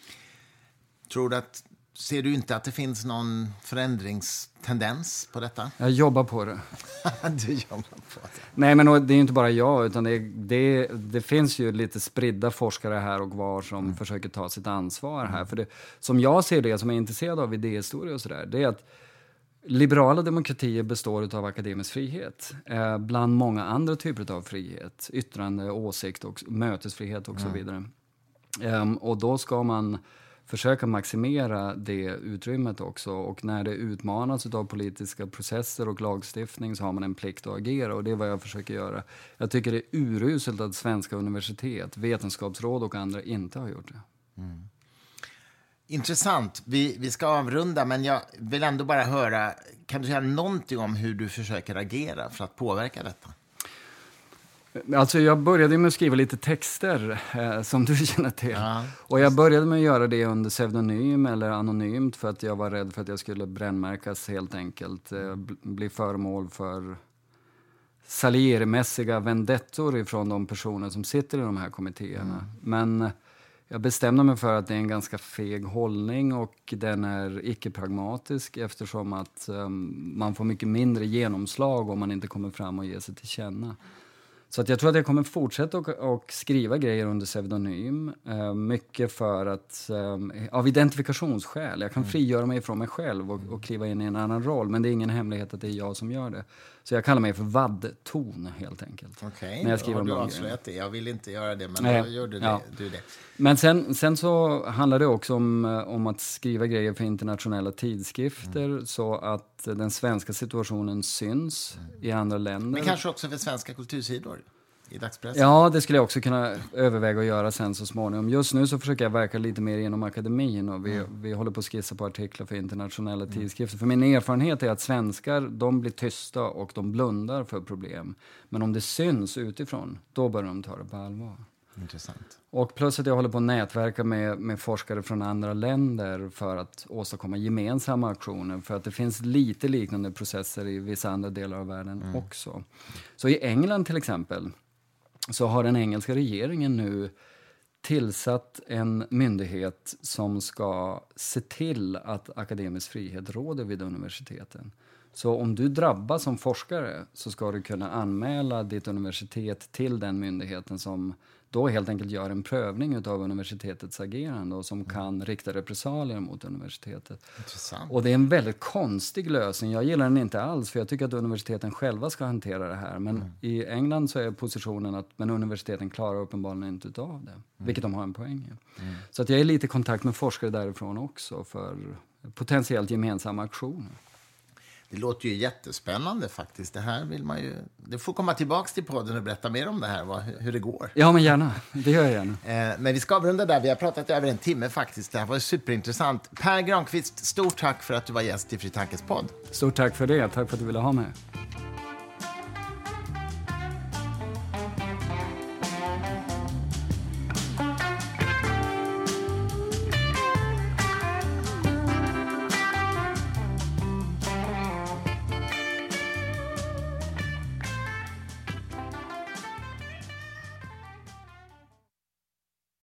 A: Ser du inte att det finns någon förändringstendens på detta?
B: Jag jobbar på det.
A: Du jobbar på det.
B: Nej, men det är ju inte bara jag, utan det finns ju lite spridda forskare här och var som försöker ta sitt ansvar här. För det, som jag ser det, som är intresserad av idéhistoria och sådär, det är att liberala demokratier består av akademisk frihet. Bland många andra typer av frihet. Yttrande, åsikt och mötesfrihet och så vidare. Och då ska man försöka maximera det utrymmet också. Och när det utmanas av politiska processer och lagstiftning så har man en plikt att agera. Och det är vad jag försöker göra. Jag tycker det är uruselt att svenska universitet, vetenskapsråd och andra inte har gjort det.
A: Intressant. Vi ska avrunda, men jag vill ändå bara höra, kan du säga någonting om hur du försöker agera för att påverka detta?
B: Alltså jag började med att skriva lite texter som du känner till. Ja. Och jag började med att göra det under pseudonym eller anonymt för att jag var rädd för att jag skulle brännmärkas helt enkelt. Bli föremål för Salieri-mässiga vendettor ifrån de personer som sitter i de här kommittéerna. Men jag bestämde mig för att det är en ganska feg hållning och den är icke-pragmatisk eftersom att man får mycket mindre genomslag om man inte kommer fram och ger sig till känna. Så att jag tror att jag kommer fortsätta och skriva grejer under pseudonym. Mycket för att, av identifikationsskäl. Jag kan frigöra mig från mig själv och kliva in i en annan roll. Men det är ingen hemlighet att det är jag som gör det. Så jag kallar mig för vaddton helt enkelt.
A: Okej, när jag skriver om avslöjat det. Jag vill inte göra det, men då gjorde du det.
B: Men sen så handlar det också om att skriva grejer för internationella tidskrifter så att den svenska situationen syns i andra länder.
A: Men kanske också för svenska kultursidor i dagspressen?
B: Ja, det skulle jag också kunna överväga att göra sen så småningom. Just nu så försöker jag verka lite mer inom akademin och vi håller på att skissa på artiklar för internationella tidskrifter. För min erfarenhet är att svenskar, de blir tysta och de blundar för problem. Men om det syns utifrån, då börjar de ta det på allvar.
A: Intressant.
B: Och plus att jag håller på att nätverka med forskare från andra länder för att åstadkomma gemensamma aktioner. För att det finns lite liknande processer i vissa andra delar av världen också. Så i England till exempel så har den engelska regeringen nu tillsatt en myndighet som ska se till att akademisk frihet råder vid universiteten. Så om du drabbas som forskare så ska du kunna anmäla ditt universitet till den myndigheten som då helt enkelt gör en prövning av universitetets agerande och som kan rikta repressalier mot universitetet.
A: Intressant.
B: Och det är en väldigt konstig lösning. Jag gillar den inte alls för jag tycker att universiteten själva ska hantera det här. Men i England så är positionen att men universiteten klarar uppenbarligen inte utav det. Vilket de har en poäng i. Så att jag är lite i kontakt med forskare därifrån också för potentiellt gemensamma aktioner.
A: Det låter ju jättespännande faktiskt. Det här vill man ju... Du får komma tillbaka till podden och berätta mer om det här, hur det går.
B: Ja, men gärna. Det gör jag gärna.
A: Men vi ska avrunda där. Vi har pratat över en timme faktiskt. Det här var superintressant. Per Granqvist, stort tack för att du var gäst i Fri Tankes podd.
B: Stort tack för det. Tack för att du ville ha mig.